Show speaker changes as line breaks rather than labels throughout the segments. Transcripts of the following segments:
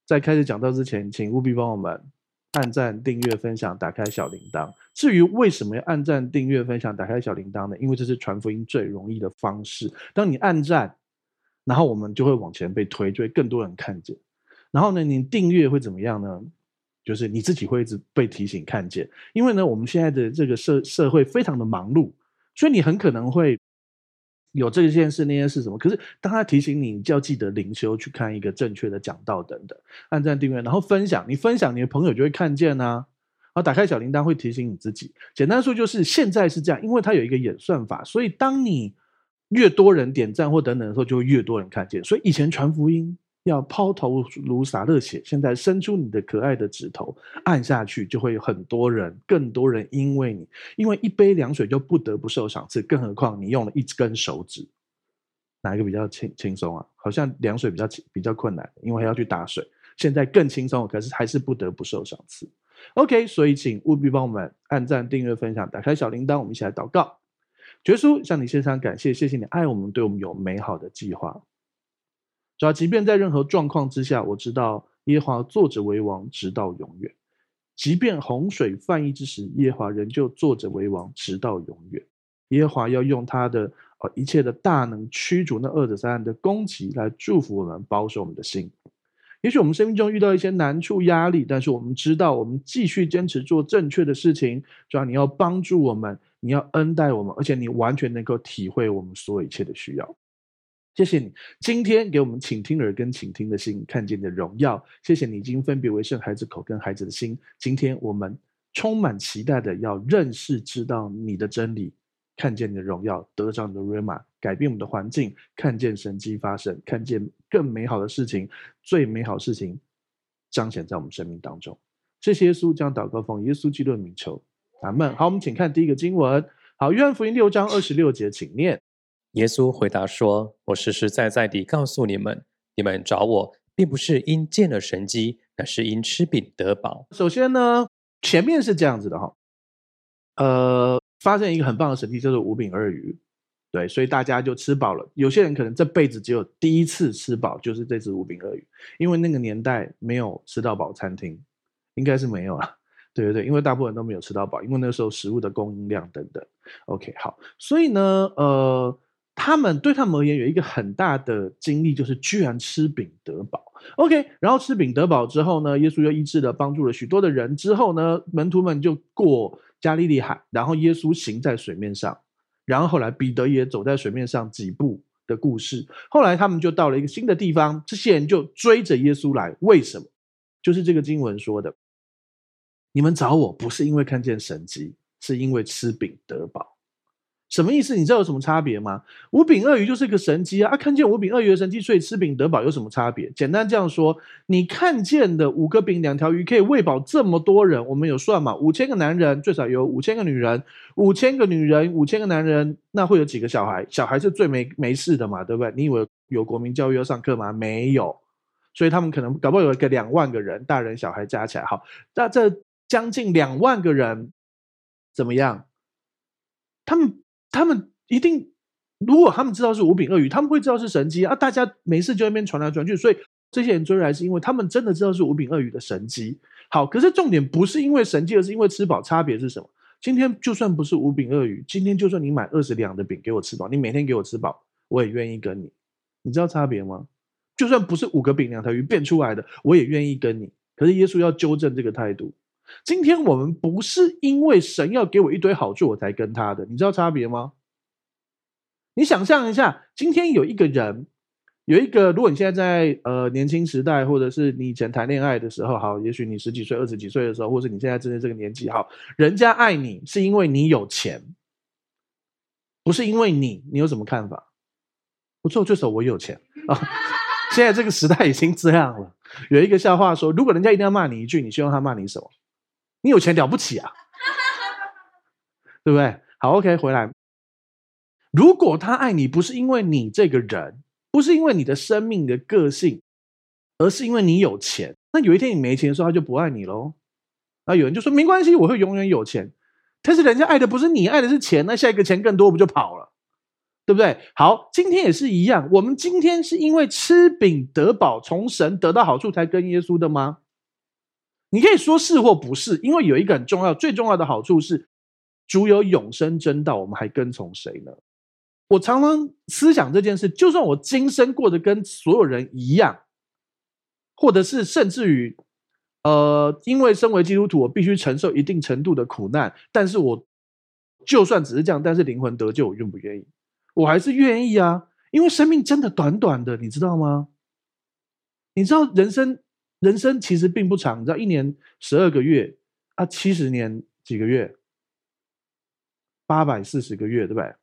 在开始讲到之前，请务必帮我们按赞、订阅、分享，打开小铃铛。至于为什么要按赞、订阅、分享、打开小铃铛呢？因为这是传福音最容易的方式。当你按赞，然后我们就会往前被推，就会更多人看见。然后呢，你订阅会怎么样呢？就是你自己会一直被提醒看见。因为呢，我们现在的这个社会非常的忙碌，所以你很可能会有这件事那件事什么，可是当他提醒你，你就要记得灵修去看一个正确的讲道等等，按赞订阅，然后分享，你分享你的朋友就会看见啊，然后打开小铃铛会提醒你自己。简单说就是现在是这样，因为它有一个演算法，所以当你越多人点赞或等等的时候，就会越多人看见。所以以前传福音要抛头颅洒热血，现在伸出你的可爱的指头按下去，就会有很多人，更多人因为一杯凉水就不得不受赏赐，更何况你用了一根手指，哪一个比较轻松啊？好像凉水比较困难，因为还要去打水。现在更轻松，可是还是不得不受赏赐。OK， 所以请务必帮我们按赞、订阅、分享，打开小铃铛，我们一起来祷告。主耶稣，向你献上感谢，谢谢你爱我们，对我们有美好的计划。主要即便在任何状况之下，我知道耶和华坐着为王，直到永远。即便洪水泛溢之时，耶和华仍旧坐着为王，直到永远。耶和华要用他的一切的大能驱逐那恶者撒旦的攻击，来祝福我们，保守我们的心。也许我们生命中遇到一些难处、压力，但是我们知道，我们继续坚持做正确的事情。主要你要帮助我们，你要恩待我们，而且你完全能够体会我们所有一切的需要。谢谢你今天给我们倾听耳跟倾听的心，看见你的荣耀。谢谢你已经分别为圣孩子口跟孩子的心。今天我们充满期待的要认识知道你的真理，看见你的荣耀，得着你的 Rhema， 改变我们的环境，看见神迹发生，看见更美好的事情，最美好的事情彰显在我们生命当中。谢谢耶稣，将祷告奉耶稣基督的名求，阿们。好，我们请看第一个经文。好，约翰福音6章26节，请念。
耶稣回答说：“我实实在在地告诉你们，你们找我，并不是因见了神迹，乃是因吃饼得饱。”
首先呢，前面是这样子的哈，发现一个很棒的神迹，叫做5饼2鱼，对，所以大家就吃饱了。有些人可能这辈子只有第一次吃饱，就是这只5饼2鱼，因为那个年代没有吃到饱餐厅，应该是没有啦。对对对，因为大部分人都没有吃到饱，因为那时候食物的供应量等等。OK， 好，所以呢，对他们而言有一个很大的经历，就是居然吃饼得饱。OK， 然后吃饼得饱之后呢，耶稣又医治了、帮助了许多的人。之后呢，门徒们就过加利利海，然后耶稣行在水面上，然后后来彼得也走在水面上几步的故事。后来他们就到了一个新的地方，这些人就追着耶稣来。为什么？就是这个经文说的，你们找我不是因为看见神迹，是因为吃饼得饱。什么意思？你知道有什么差别吗？5饼2鱼就是一个神迹啊！看见5饼2鱼的神迹，所以吃饼得饱有什么差别？简单这样说，你看见的5个饼2条鱼可以喂饱这么多人，我们有算嘛？5000个男人，最少有5000个女人，5000个女人，5000个男人，那会有几个小孩？小孩是最没事的嘛，对不对？你以为有国民教育要上课吗？没有，所以他们可能搞不好有一个2万个人，大人小孩加起来，好，那这将近2万个人怎么样？他们一定，如果他们知道是5饼2鱼，他们会知道是神迹啊！大家没事就在那边传来传去，所以这些人追来是因为他们真的知道是5饼2鱼的神迹。好，可是重点不是因为神迹，而是因为吃饱。差别是什么？今天就算不是5饼2鱼，今天就算你买20两的饼给我吃饱，你每天给我吃饱，我也愿意跟你。你知道差别吗？就算不是5个饼2条鱼变出来的，我也愿意跟你。可是耶稣要纠正这个态度。今天我们不是因为神要给我一堆好处我才跟他的，你知道差别吗？你想象一下，今天有一个人，如果你现在在年轻时代，或者是你以前谈恋爱的时候，好，也许你10几岁、20几岁的时候，或者你现在真的这个年纪，好，人家爱你是因为你有钱，不是因为你有什么看法？不错，最少我有钱啊。现在这个时代已经这样了。有一个笑话说，如果人家一定要骂你一句，你希望他骂你什么？你有钱了不起啊，对不对？好 ，OK， 回来。如果他爱你，不是因为你这个人，不是因为你的生命的个性，而是因为你有钱。那有一天你没钱的时候，他就不爱你咯。那有人就说没关系，我会永远有钱。但是人家爱的不是你，爱的是钱，那下一个钱更多不就跑了？ 对不对？好，今天也是一样，我们今天是因为吃饼得饱，从神得到好处才跟耶稣的吗？你可以说是或不是，因为有一个很重要、最重要的好处是，主有永生真道，我们还跟从谁呢？我常常思想这件事，就算我今生过得跟所有人一样，或者是甚至于，因为身为基督徒，我必须承受一定程度的苦难，但是我就算只是这样，但是灵魂得救，我愿不愿意？我还是愿意啊，因为生命真的短短的，你知道吗？你知道人生其实并不长，你知道1年12个月啊，70年几个月，840个月，对不对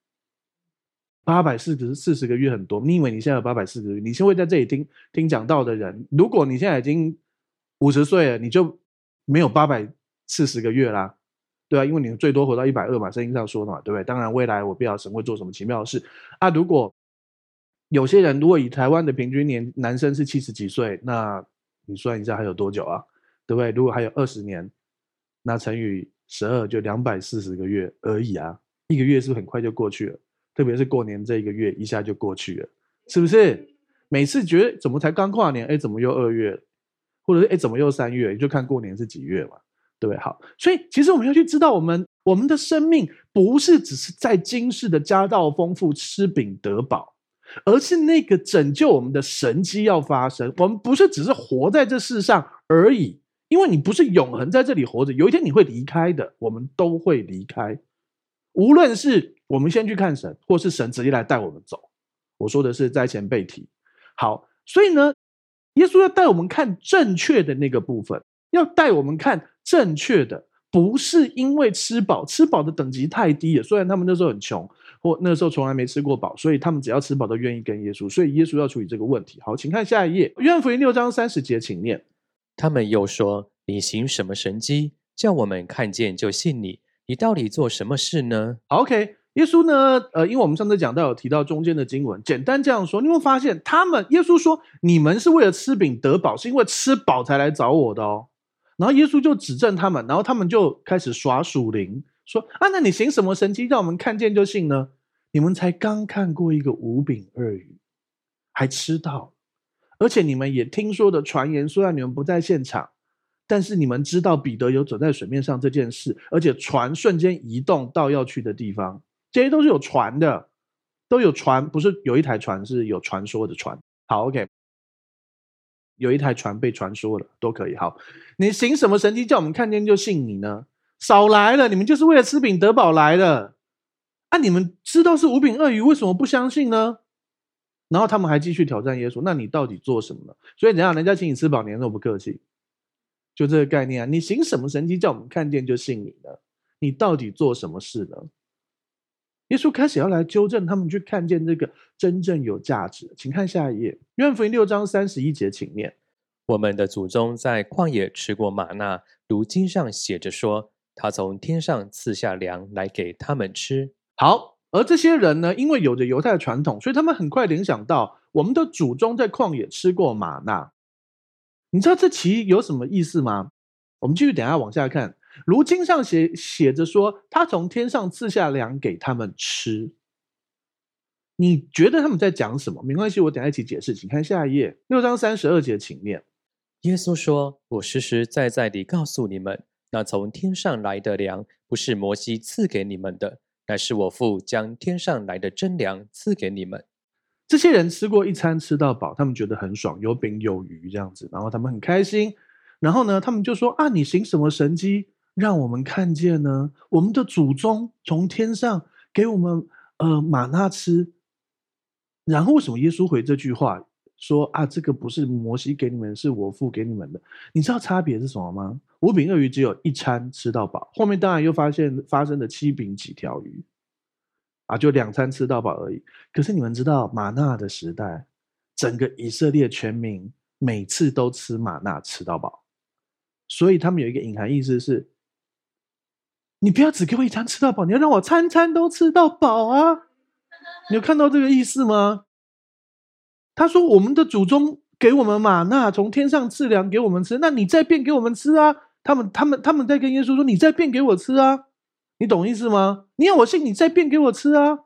？840个月很多，你以为你现在有840个月？你现在会在这里听讲道的人，如果你现在已经50岁了，你就没有840个月啦，对啊，因为你最多活到120嘛，圣经上说的嘛，对不对？当然，未来我不知道神会做什么奇妙的事啊。如果有些人，如果以台湾的平均年，男生是70几岁，那你算一下还有多久啊？对不对？如果还有20年，那乘以12就240个月而已啊，一个月是不是很快就过去了？特别是过年这一个月一下就过去了，是不是？每次觉得怎么才刚跨年，哎，怎么又2月？或者是哎，怎么又3月？你就看过年是几月嘛，对不对？好，所以其实我们要去知道，我们的生命不是只是在今世的家道丰富、吃饼得饱，而是那个拯救我们的神迹要发生。我们不是只是活在这世上而已，因为你不是永恒在这里活着，有一天你会离开的，我们都会离开。无论是我们先去看神，或是神直接来带我们走，我说的是在前被提。好，所以呢，耶稣要带我们看正确的那个部分，要带我们看正确的，不是因为吃饱，吃饱的等级太低了。虽然他们那时候很穷，或那时候从来没吃过饱，所以他们只要吃饱都愿意跟耶稣。所以耶稣要处理这个问题。好，请看下一页，约翰福音6章30节，请念。
他们又说：“你行什么神迹，叫我们看见就信你？你到底做什么事呢？”
OK，耶稣呢？因为我们上次讲到有提到中间的经文，简单这样说，你会发现耶稣说你们是为了吃饼得饱，是因为吃饱才来找我的哦。然后耶稣就指正他们，然后他们就开始耍属灵，说啊，那你行什么神迹让我们看见就信呢？你们才刚看过一个5饼2鱼，还吃到，而且你们也听说的传言，虽然你们不在现场，但是你们知道彼得有走在水面上这件事，而且船瞬间移动到要去的地方，这些都是有船的，都有船，不是有一台船是有传说的船。好 ，OK， 有一台船被传说了，都可以。好，你行什么神迹叫我们看见就信你呢？少来了，你们就是为了吃饼得饱来的。啊，你们知道是5饼2鱼，为什么不相信呢？然后他们还继续挑战耶稣，那你到底做什么呢？所以怎样，人家请你吃饱，你那么不客气？就这个概念啊，你行什么神迹叫我们看见就信你呢？你到底做什么事呢？耶稣开始要来纠正他们，去看见这个真正有价值。请看下一页，约翰福音6章31节，请念。
我们的祖宗在旷野吃过玛纳，如经上写着说，他从天上赐下粮来给他们吃。
好，而这些人呢，因为有着犹太传统，所以他们很快联想到我们的祖宗在旷野吃过玛纳。你知道这其实有什么意思吗？我们继续等一下往下看。如经上写着说，他从天上赐下粮给他们吃。你觉得他们在讲什么？没关系，我等一下一起解释。请看下一页，6章32节，请念。
耶稣说：“我实实在在地告诉你们，那从天上来的粮，不是摩西赐给你们的，乃是我父将天上来的真粮赐给你们。”
这些人吃过一餐吃到饱，他们觉得很爽，有饼有鱼这样子，然后他们很开心。然后呢，他们就说啊，你行什么神迹让我们看见呢？我们的祖宗从天上给我们玛纳吃。然后为什么耶稣回这句话说啊，这个不是摩西给你们，是我父给你们的？你知道差别是什么吗？5饼2鱼只有一餐吃到饱，后面当然又发生了7饼几条鱼啊，就2餐吃到饱而已。可是你们知道玛纳的时代，整个以色列全民每次都吃玛纳吃到饱，所以他们有一个隐含意思是，你不要只给我一餐吃到饱，你要让我餐餐都吃到饱啊！你有看到这个意思吗？他说我们的祖宗给我们玛纳，从天上赐粮给我们吃，那你再变给我们吃啊！他们在跟耶稣说，你再变给我吃啊！你懂意思吗？你要我信，你再变给我吃啊！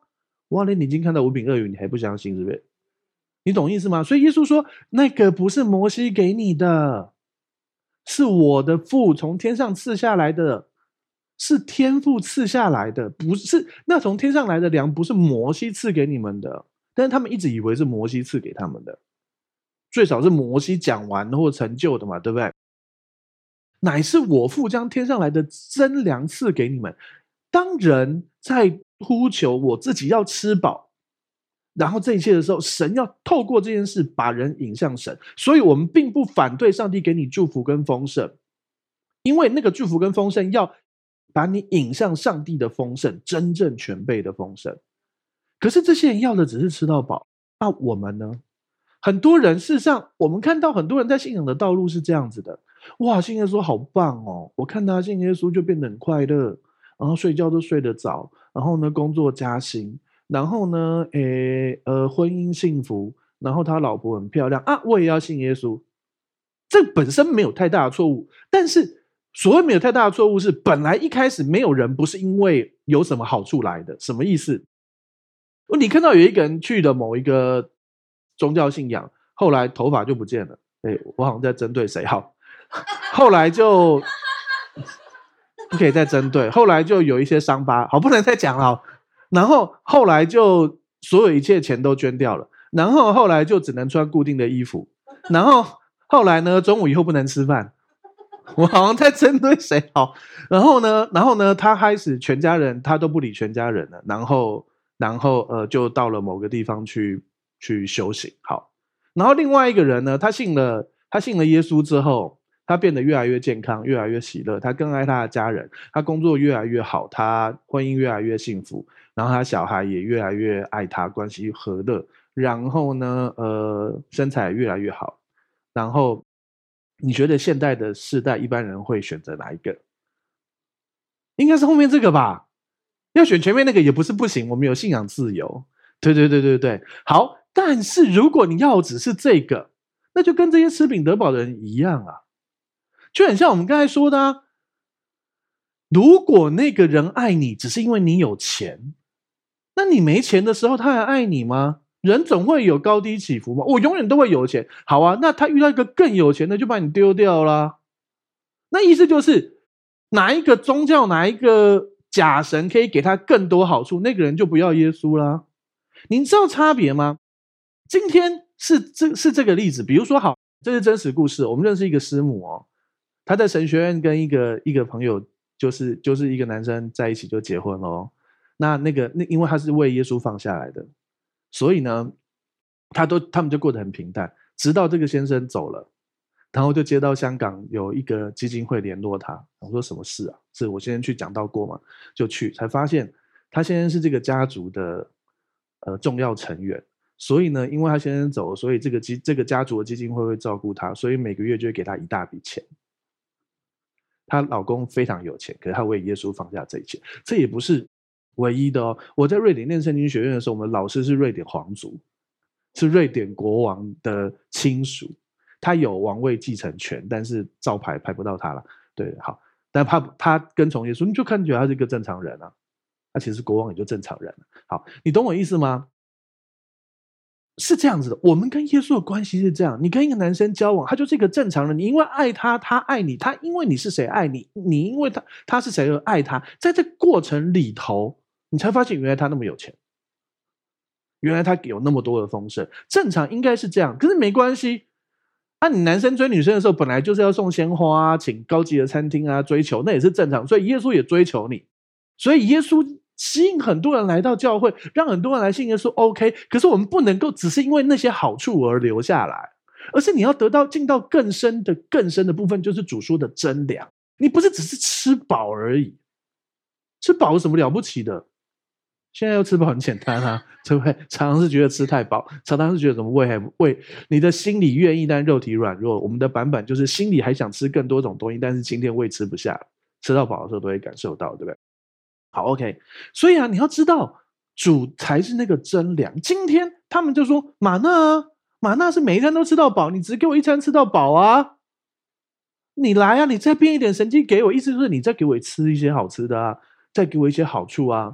哇，你已经看到五饼二鱼，你还不相信，是不是？你懂意思吗？所以耶稣说，那个不是摩西给你的，是我的父从天上赐下来的，是天父赐下来的，不是那从天上来的粮，不是摩西赐给你们的。但是他们一直以为是摩西赐给他们的，最少是摩西讲完或成就的嘛，对不对？乃是我父将天上来的真粮赐给你们。当人在呼求我自己要吃饱，然后这一切的时候，神要透过这件事把人引向神，所以我们并不反对上帝给你祝福跟丰盛，因为那个祝福跟丰盛要把你引向上帝的丰盛，真正全备的丰盛。可是这些人要的只是吃到饱，那我们呢？很多人事实上，我们看到很多人在信仰的道路是这样子的，哇，信耶稣好棒哦！我看他信耶稣就变得很快乐，然后睡觉都睡得早，然后呢工作加薪，然后呢，婚姻幸福，然后他老婆很漂亮啊，我也要信耶稣。这本身没有太大的错误，但是所谓没有太大的错误是，本来一开始没有人不是因为有什么好处来的，什么意思？你看到有一个人去了某一个宗教信仰，后来头发就不见了，我好像在针对谁好，后来就不可以再针对，后来就有一些伤疤，好，不能再讲了，然后后来就所有一切钱都捐掉了，然后后来就只能穿固定的衣服，然后后来呢，中午以后不能吃饭，我好像在针对谁好，然后呢，他开始全家人他都不理全家人了，然后就到了某个地方去修行，好，然后另外一个人呢，他信了耶稣之后，他变得越来越健康，越来越喜乐，他更爱他的家人，他工作越来越好，他婚姻越来越幸福，然后他小孩也越来越爱他，关系和乐，然后呢，身材越来越好，然后你觉得现代的世代一般人会选择哪一个？应该是后面这个吧？要选前面那个也不是不行，我们有信仰自由。对，好，但是如果你要只是这个，那就跟这些吃饼得饱的人一样啊，就很像我们刚才说的啊。如果那个人爱你只是因为你有钱，那你没钱的时候他还爱你吗？人总会有高低起伏嘛，我永远都会有钱，好啊，那他遇到一个更有钱的就把你丢掉啦。那意思就是哪一个宗教哪一个假神可以给他更多好处，那个人就不要耶稣啦。您知道差别吗？今天是这个例子，比如说好，这是真实故事，我们认识一个师母哦，他在神学院跟一个朋友，就是一个男生在一起就结婚了哦。那因为他是为耶稣放下来的，所以呢，他们就过得很平淡，直到这个先生走了，然后就接到香港有一个基金会联络他，我说什么事啊？是我先生去讲道过嘛，就去才发现他先生是这个家族的重要成员，所以呢，因为他先生走了，所以这个家族的基金会照顾他，所以每个月就会给他一大笔钱。她老公非常有钱，可是她为耶稣放下这一切，这也不是唯一的哦。我在瑞典念圣经学院的时候，我们老师是瑞典皇族，是瑞典国王的亲属，他有王位继承权，但是照排不到他了。对，好，但他跟从耶稣，你就看起来他是一个正常人啊，他其实国王也就正常人。好，你懂我意思吗？是这样子的，我们跟耶稣的关系是这样，你跟一个男生交往，他就是一个正常人，你因为爱他，他爱你，他因为你是谁爱你，你因为他是谁而爱他，在这过程里头，你才发现原来他那么有钱，原来他有那么多的丰盛，正常应该是这样，可是没关系。你男生追女生的时候，本来就是要送鲜花啊，请高级的餐厅啊，追求那也是正常，所以耶稣也追求你，所以耶稣吸引很多人来到教会，让很多人来信耶稣 OK， 可是我们不能够只是因为那些好处而留下来，而是你要进到更深的部分，就是主说的真粮。你不是只是吃饱而已，吃饱有什么了不起的？现在要吃饱很简单啊，对不对？常常是觉得吃太饱，常常是觉得什么胃，你的心里愿意，但肉体软弱。我们的版本就是心里还想吃更多种东西，但是今天胃吃不下，吃到饱的时候都会感受到，对不对？好 ，OK， 所以你要知道，主才是那个真粮。今天他们就说玛纳啊，玛纳是每一餐都吃到饱，你只给我一餐吃到饱啊，你来啊，你再变一点神迹给我，意思就是你再给我吃一些好吃的啊，再给我一些好处啊。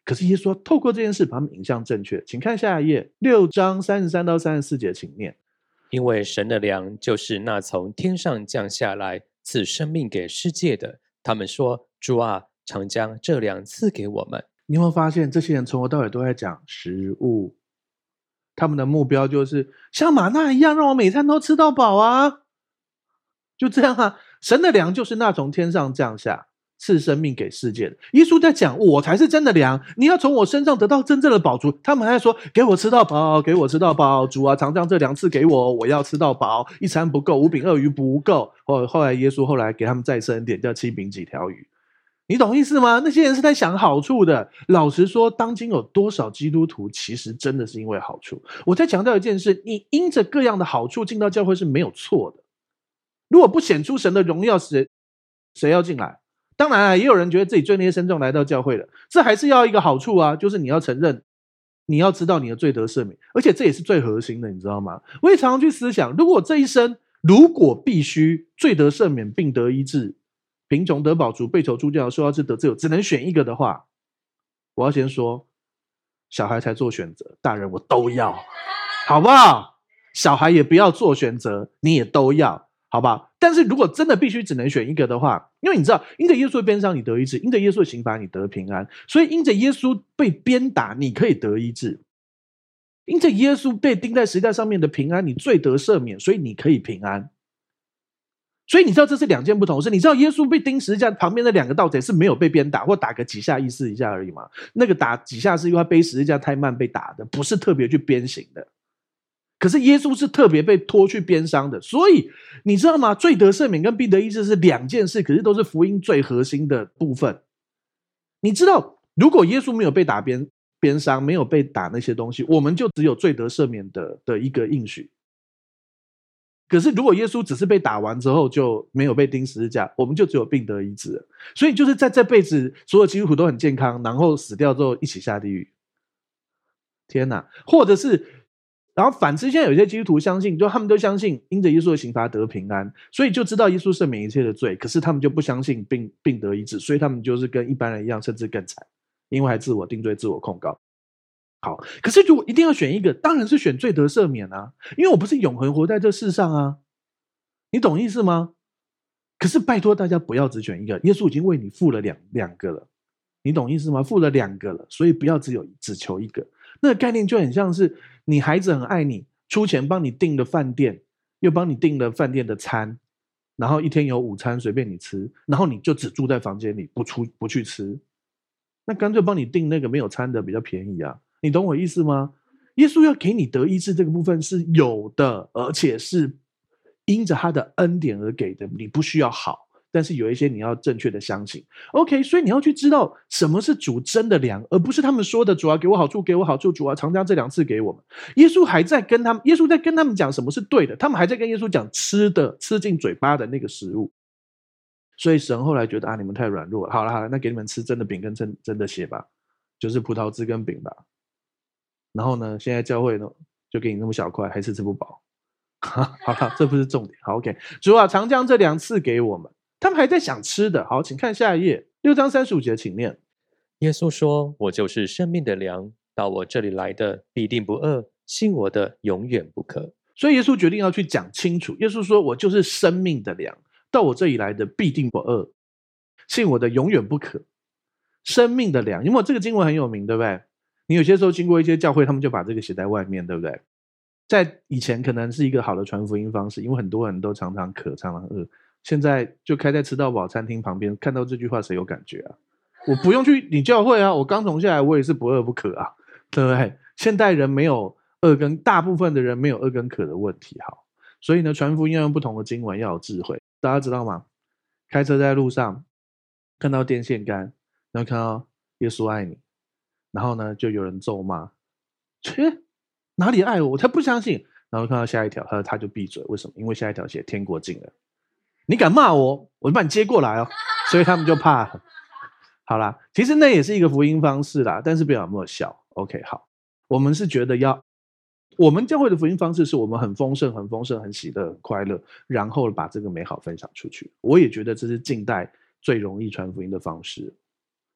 可是耶稣要透过这件事把他们引向正确。请看下一页，6章33到34节，请念。
因为神的粮就是那从天上降下来赐生命给世界的。他们说：主啊，常将这粮赐给我们。
你有没有发现这些人从头到尾都在讲食物？他们的目标就是像玛纳一样，让我每餐都吃到饱啊，就这样啊。神的粮就是那从天上降下赐生命给世界的。耶稣在讲我才是真的粮，你要从我身上得到真正的饱足。他们还说给我吃到饱，给我吃到饱，主啊，常将这粮赐给我，我要吃到饱，一餐不够，5饼2鱼不够。后来耶稣后来给他们再生一点，叫7饼几条鱼。你懂意思吗？那些人是在想好处的。老实说，当今有多少基督徒其实真的是因为好处。我在强调一件事，你因着各样的好处进到教会是没有错的。如果不显出神的荣耀，谁要进来？当然啊，也有人觉得自己罪孽深重来到教会了，这还是要一个好处啊，就是你要承认，你要知道你的罪得赦免，而且这也是最核心的，你知道吗？我也常常去思想，如果这一生如果必须罪得赦免，病得医治，贫穷得饱足，被囚出监，受到自得自由，只能选一个的话，我要先说，小孩才做选择，大人我都要，好不好？小孩也不要做选择，你也都要，好不好？但是如果真的必须只能选一个的话，因为你知道，因着耶稣的鞭伤你得医治，因着耶稣的刑罚你得平安，所以因着耶稣被鞭打你可以得医治，因着耶稣被钉在十字架上面的平安，你罪得赦免，所以你可以平安。所以你知道这是两件不同的事。你知道耶稣被钉十字架旁边的2个盗贼是没有被鞭打，或打个几下意思一下而已吗？那个打几下是因为他背十字架太慢被打的，不是特别去鞭刑的。可是耶稣是特别被拖去鞭伤的。所以你知道吗？罪得赦免跟病得医治是2件事，可是都是福音最核心的部分。你知道，如果耶稣没有被打鞭伤，没有被打那些东西，我们就只有罪得赦免的一个应许。可是如果耶稣只是被打完之后就没有被钉十字架，我们就只有病得医治了。所以就是在这辈子所有基督徒都很健康，然后死掉之后一起下地狱。天哪！或者是然后反之，现在有些基督徒相信，就他们都相信因着耶稣的刑罚得平安，所以就知道耶稣赦免一切的罪，可是他们就不相信病得医治，所以他们就是跟一般人一样，甚至更惨，因为还自我定罪自我控告。好，可是如果一定要选一个，当然是选罪得赦免啊，因为我不是永恒活在这世上啊，你懂意思吗？可是拜托大家不要只选一个，耶稣已经为你付了两个了，你懂意思吗？付了2个了，所以不要只求一个。那个概念就很像是你孩子很爱你，出钱帮你订了饭店，又帮你订了饭店的餐，然后一天有午餐随便你吃，然后你就只住在房间里不去吃，那干脆帮你订那个没有餐的比较便宜啊。你懂我意思吗？耶稣要给你得医治这个部分是有的，而且是因着他的恩典而给的，你不需要好，但是有一些你要正确的相信。 OK， 所以你要去知道什么是主真的粮，而不是他们说的主啊给我好处给我好处，主啊常将这2次给我们。耶稣在跟他们讲什么是对的，他们还在跟耶稣讲吃进嘴巴的那个食物。所以神后来觉得你们太软弱了，好了，那给你们吃真的饼跟真的血吧，就是葡萄汁跟饼吧。然后呢，现在教会呢就给你那么小块，还是吃不饱。好了，这不是重点。好 ，OK， 主啊常将这2次给我们。他们还在想吃的。好，请看下一页，6章35节，请念。
耶稣说：我就是生命的粮，到我这里来的必定不饿，信我的永远不渴。
所以耶稣决定要去讲清楚。耶稣说：我就是生命的粮，到我这里来的必定不饿，信我的永远不渴。生命的粮，因为这个经文很有名，对不对？你有些时候经过一些教会，他们就把这个写在外面，对不对？在以前可能是一个好的传福音方式，因为很多人都常常渴常常饿。现在就开在吃到饱餐厅旁边，看到这句话谁有感觉啊？我不用去你教会啊，我刚从下来我也是不饿不渴啊，对不对？现代人没有饿跟大部分的人没有饿跟渴的问题。好，所以呢传福音要用不同的经文，要有智慧。大家知道吗？开车在路上看到电线杆，然后看到耶稣爱你，然后呢就有人咒骂，切，哪里爱我？我才不相信。然后看到下一条，他就闭嘴。为什么？因为下一条写天国近了，你敢骂我，我就把你接过来哦。所以他们就怕了。好啦，其实那也是一个福音方式啦，但是不知道有没有效。 OK， 好，我们是觉得我们教会的福音方式是我们很丰盛很丰盛很喜乐很快乐，然后把这个美好分享出去。我也觉得这是近代最容易传福音的方式。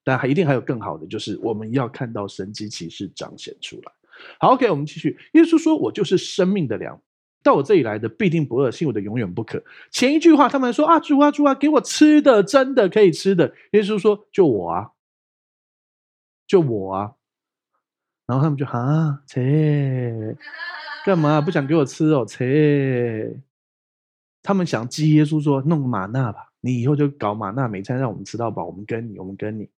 但一定还有更好的，就是我们要看到神迹奇事彰显出来。好 ，OK， 我们继续。耶稣说：“我就是生命的粮，到我这里来的必定不饿，信我的永远不渴。”前一句话他们说：“啊，主啊，主啊，给我吃的，真的可以吃的。”耶稣说：“就我啊，就我啊。”然后他们就啊，切，干嘛不想给我吃哦？切，他们想激耶稣说：“弄玛纳吧，你以后就搞玛纳，每餐让我们吃到饱，我们跟你，我们跟你。”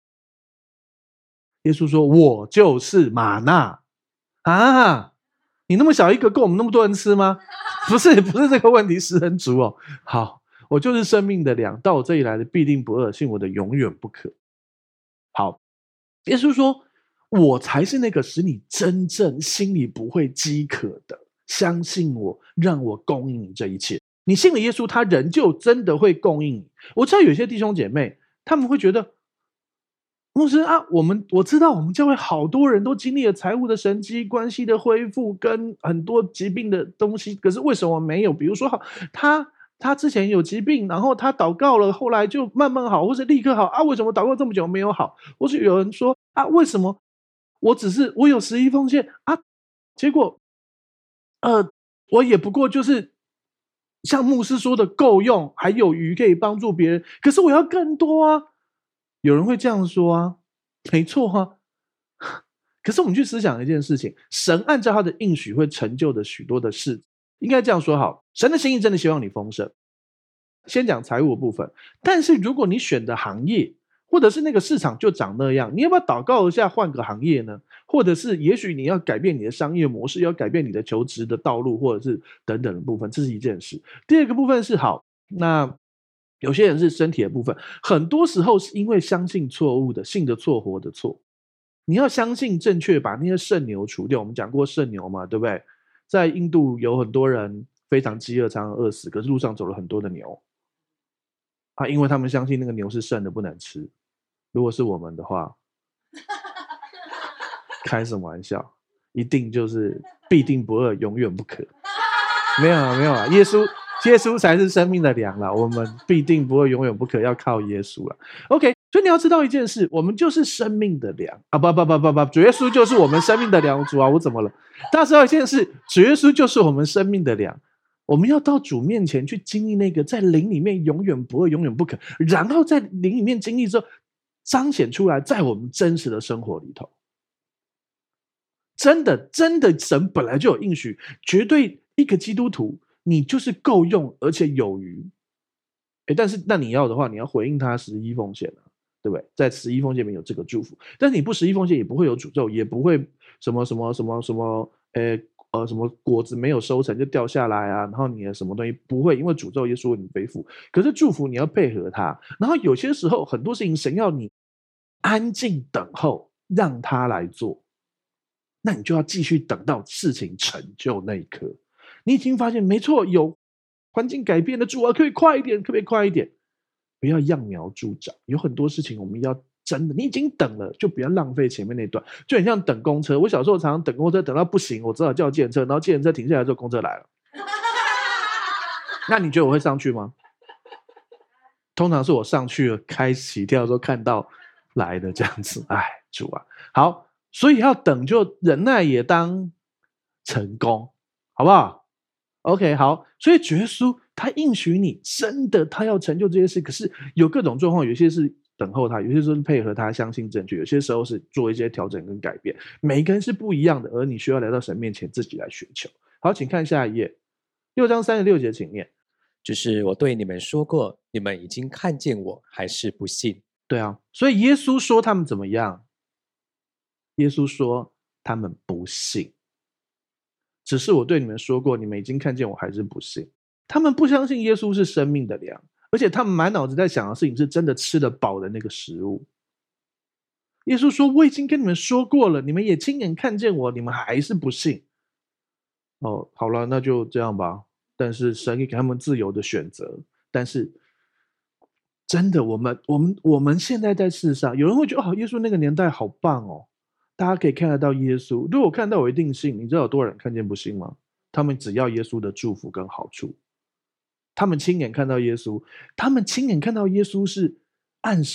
耶稣说：“我就是玛纳啊！你那么小一个，够我们那么多人吃吗？不是，不是这个问题，食人族哦。好，我就是生命的粮，到我这里来的必定不饿，信我的永远不渴。”好，耶稣说：“我才是那个使你真正心里不会饥渴的，相信我，让我供应你这一切。你信了耶稣，他人就真的会供应你。”我知道有些弟兄姐妹，他们会觉得，牧师啊，我知道我们教会好多人都经历了财务的神迹、关系的恢复，跟很多疾病的东西，可是为什么没有？比如说，他之前有疾病，然后他祷告了，后来就慢慢好，或是立刻好啊？为什么祷告这么久没有好？或是有人说啊，为什么我有11奉献啊，结果我也不过就是像牧师说的够用，还有余可以帮助别人，可是我要更多啊。有人会这样说啊，没错啊。可是我们去思想一件事情，神按照他的应许会成就的许多的事，应该这样说好，神的心意真的希望你丰盛。先讲财务的部分，但是如果你选的行业或者是那个市场就长那样，你要不要祷告一下换个行业呢？或者是也许你要改变你的商业模式，要改变你的求职的道路，或者是等等的部分，这是一件事。第二个部分是好，那有些人是身体的部分，很多时候是因为相信错误的，信的错，活的错。你要相信正确，把那些肾牛除掉。我们讲过肾牛嘛，对不对？在印度有很多人非常饥饿，常常饿死，可是路上走了很多的牛啊，因为他们相信那个牛是剩的，不能吃。如果是我们的话，开什么玩笑？一定就是必定不饿，永远不渴。没有啊，没有啊，耶稣才是生命的粮啦，我们必定不会永远不渴，要靠耶稣了。OK， 所以你要知道一件事，我们就是生命的粮啊！不，主耶稣就是我们生命的粮。主啊，我怎么了？大家知道一件事，主耶稣就是我们生命的粮。我们要到主面前去经历那个在灵里面永远不饿、永远不渴，然后在灵里面经历之后，彰显出来在我们真实的生活里头。真的，神本来就有应许，绝对一个基督徒，你就是够用，而且有余。但是那你要的话，你要回应他11奉献啊，对不对？在11奉献里面有这个祝福，但是你不11奉献，也不会有诅咒，也不会什么什么果子没有收成就掉下来啊，然后你的什么东西不会，因为诅咒耶稣你背负，可是祝福你要配合他。然后有些时候很多事情神要你安静等候，让他来做。那你就要继续等到事情成就那一刻。你已经发现没错，有环境改变的主啊，可以快一点，可不可以快一点？不要揠苗助长。有很多事情我们要真的，你已经等了，就不要浪费前面那段。就很像等公车，我小时候常常等公车，等到不行，我只好叫计程车，然后计程车停下来之后，公车来了。那你觉得我会上去吗？通常是我上去了，开起跳的时候看到来的这样子。哎，主啊，好。所以要等就忍耐也当成功，好不好 ？OK， 好。所以主耶稣他应许你，真的他要成就这些事，可是有各种状况，有些是等候他，有些时候是配合他，相信正确，有些时候是做一些调整跟改变。每一个人是不一样的，而你需要来到神面前自己来寻求。好，请看下一页，6章36节，请念。
只是我对你们说过，你们已经看见我，还是不信。
对啊，所以耶稣说他们怎么样？耶稣说他们不信，只是我对你们说过，你们已经看见我，还是不信。他们不相信耶稣是生命的粮，而且他们满脑子在想的事情是真的吃得饱的那个食物。耶稣说我已经跟你们说过了，你们也亲眼看见我，你们还是不信。哦，好了，那就这样吧。但是神也给他们自由的选择。但是真的，我们现在在世上，有人会觉得哦，耶稣那个年代好棒哦，大家可以看得到耶稣。如果看到我一定信，你知道有多少人看见不信吗？他们只要耶稣的祝福跟好处，他们亲眼看到耶稣，他们亲眼看到耶稣是按手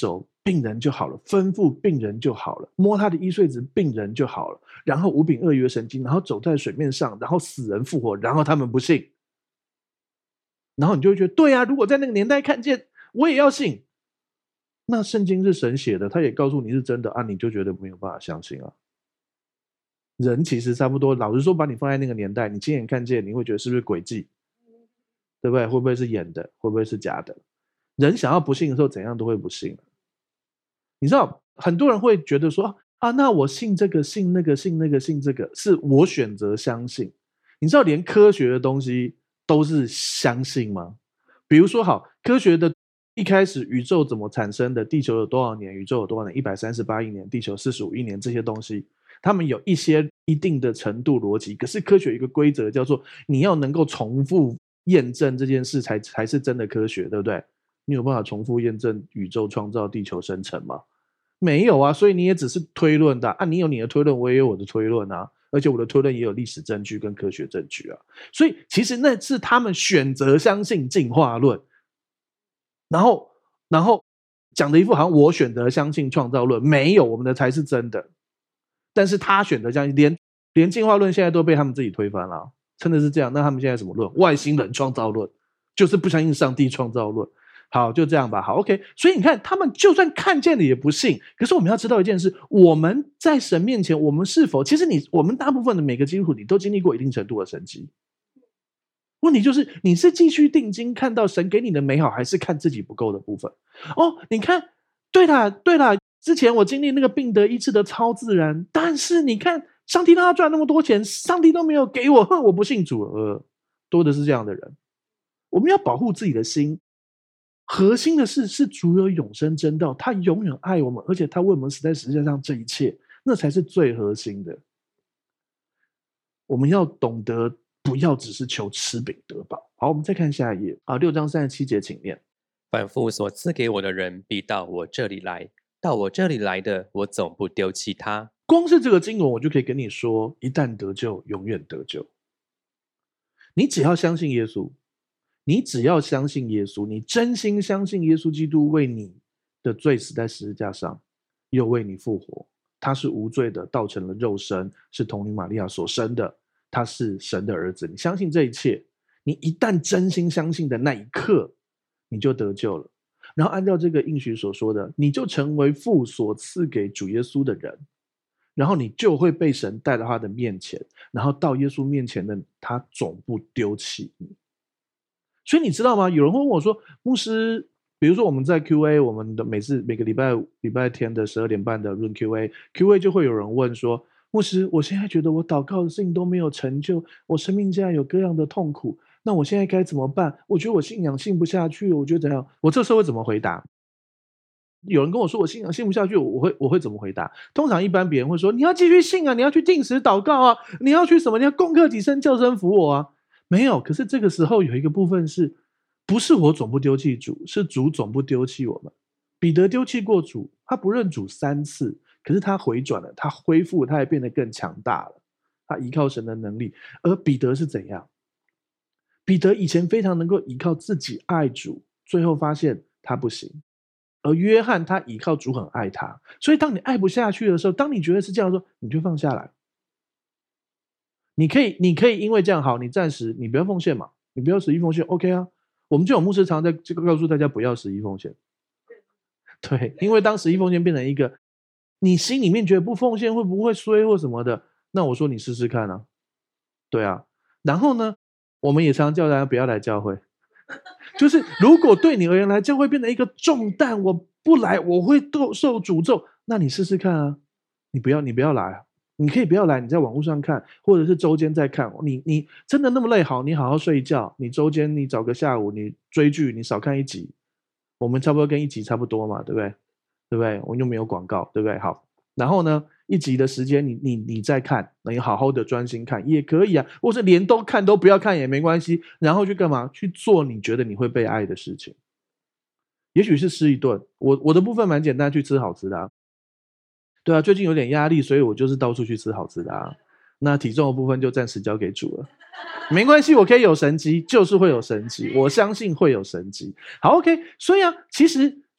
病人就好了，吩咐病人就好了，摸他的衣穗子，病人就好了，然后无柄鳄鱼的神经，然后走在水面上，然后死人复活，然后他们不信，然后你就会觉得对啊，如果在那个年代看见，我也要信。那圣经是神写的，他也告诉你是真的啊，你就觉得没有办法相信啊。人其实差不多，老实说，把你放在那个年代，你亲眼看见，你会觉得是不是诡计？对不对？会不会是演的？会不会是假的？人想要不信的时候，怎样都会不信。你知道，很多人会觉得说啊，那我信这个，信那个，信那个，信这个，是我选择相信。你知道，连科学的东西都是相信吗？比如说，好，科学的一开始宇宙怎么产生的？地球有多少年？宇宙有多少年？138亿年，地球45亿年，这些东西，他们有一些一定的程度逻辑。可是科学有一个规则叫做，你要能够重复验证这件事才是真的科学，对不对？你有办法重复验证宇宙创造、地球生成吗？没有啊，所以你也只是推论的啊。你有你的推论，我也有我的推论啊，而且我的推论也有历史证据跟科学证据啊。所以其实那是他们选择相信进化论，然后讲的一副好像我选择相信创造论，没有，我们的才是真的。但是他选择相信，连进化论现在都被他们自己推翻了，真的是这样。那他们现在什么论？外星人创造论，就是不相信上帝创造论。好，就这样吧。好 ，OK。所以你看，他们就算看见了也不信。可是我们要知道一件事：我们在神面前，我们是否其实我们大部分的每个基督徒，你都经历过一定程度的神迹。问题就是，你是继续定睛看到神给你的美好，还是看自己不够的部分？哦，你看，对啦，之前我经历那个病得医治的超自然，但是你看，上帝让他赚那么多钱，上帝都没有给我，哼，我不信主。多的是这样的人。我们要保护自己的心。核心的是主有永生真道，他永远爱我们，而且他为我们死在十字架上，这一切那才是最核心的。我们要懂得不要只是求吃饼得饱。好，我们再看下一页。好，6章37节，请念。
反复所赐给我的人必到我这里来，到我这里来的，我总不丢弃他。
光是这个经文，我就可以跟你说，一旦得救，永远得救。你只要相信耶稣，你只要相信耶稣，你真心相信耶稣基督为你的罪死在十字架上，又为你复活。他是无罪的，道成了肉身，是童女玛利亚所生的，他是神的儿子。你相信这一切，你一旦真心相信的那一刻，你就得救了。然后按照这个应许所说的，你就成为父所赐给主耶稣的人，然后你就会被神带到他的面前，然后到耶稣面前的他总不丢弃你。所以你知道吗？有人会问我说，牧师，比如说我们在 QA， 我们的每个礼拜天的12点半的论 QA 就会有人问说，牧师，我现在觉得我祷告的事情都没有成就，我生命竟然有各样的痛苦，那我现在该怎么办？我觉得我信仰信不下去，我觉得怎样？我这时候会怎么回答？有人跟我说我信仰信不下去，我会怎么回答？通常一般别人会说，你要继续信啊，你要去定时祷告啊，你要去什么？你要攻克己身，叫声服我啊。没有，可是这个时候有一个部分是，不是我总不丢弃主，是主总不丢弃我们。彼得丢弃过主，他不认主3次，可是他回转了，他恢复，他也变得更强大了，他依靠神的能力。而彼得是怎样？彼得以前非常能够依靠自己爱主，最后发现他不行。而约翰他依靠主很爱他，所以当你爱不下去的时候，当你觉得是这样的时候，你就放下来。你可以因为这样好，你暂时你不要奉献嘛，你不要11奉献 OK 啊。我们就有牧师常在这个告诉大家不要11奉献。对，因为当11奉献变成一个你心里面觉得不奉献会不会衰或什么的，那我说你试试看啊。对啊，然后呢，我们也常叫大家不要来教会。就是如果对你而言来教会变成一个重担，我不来我会受诅咒，那你试试看啊。你不要来啊。你可以不要来，你在网络上看，或者是周间再看。你真的那么累，好，你好好睡一觉。你周间你找个下午，你追剧，你少看1集，我们差不多跟1集差不多嘛，对不对？对不对？我们又没有广告，对不对？好，然后呢，1集的时间你再看，你好好的专心看也可以啊，或是连都看都不要看也没关系。然后去干嘛？去做你觉得你会被爱的事情。也许是吃一顿，我的部分蛮简单，去吃好吃的啊。对啊，最近有点压力，所以我就是到处去吃好吃的啊。那体重的部分就暂时交给主了，没关系，我可以有神迹，就是会有神迹，我相信会有神迹。好 ，OK。所以啊，其实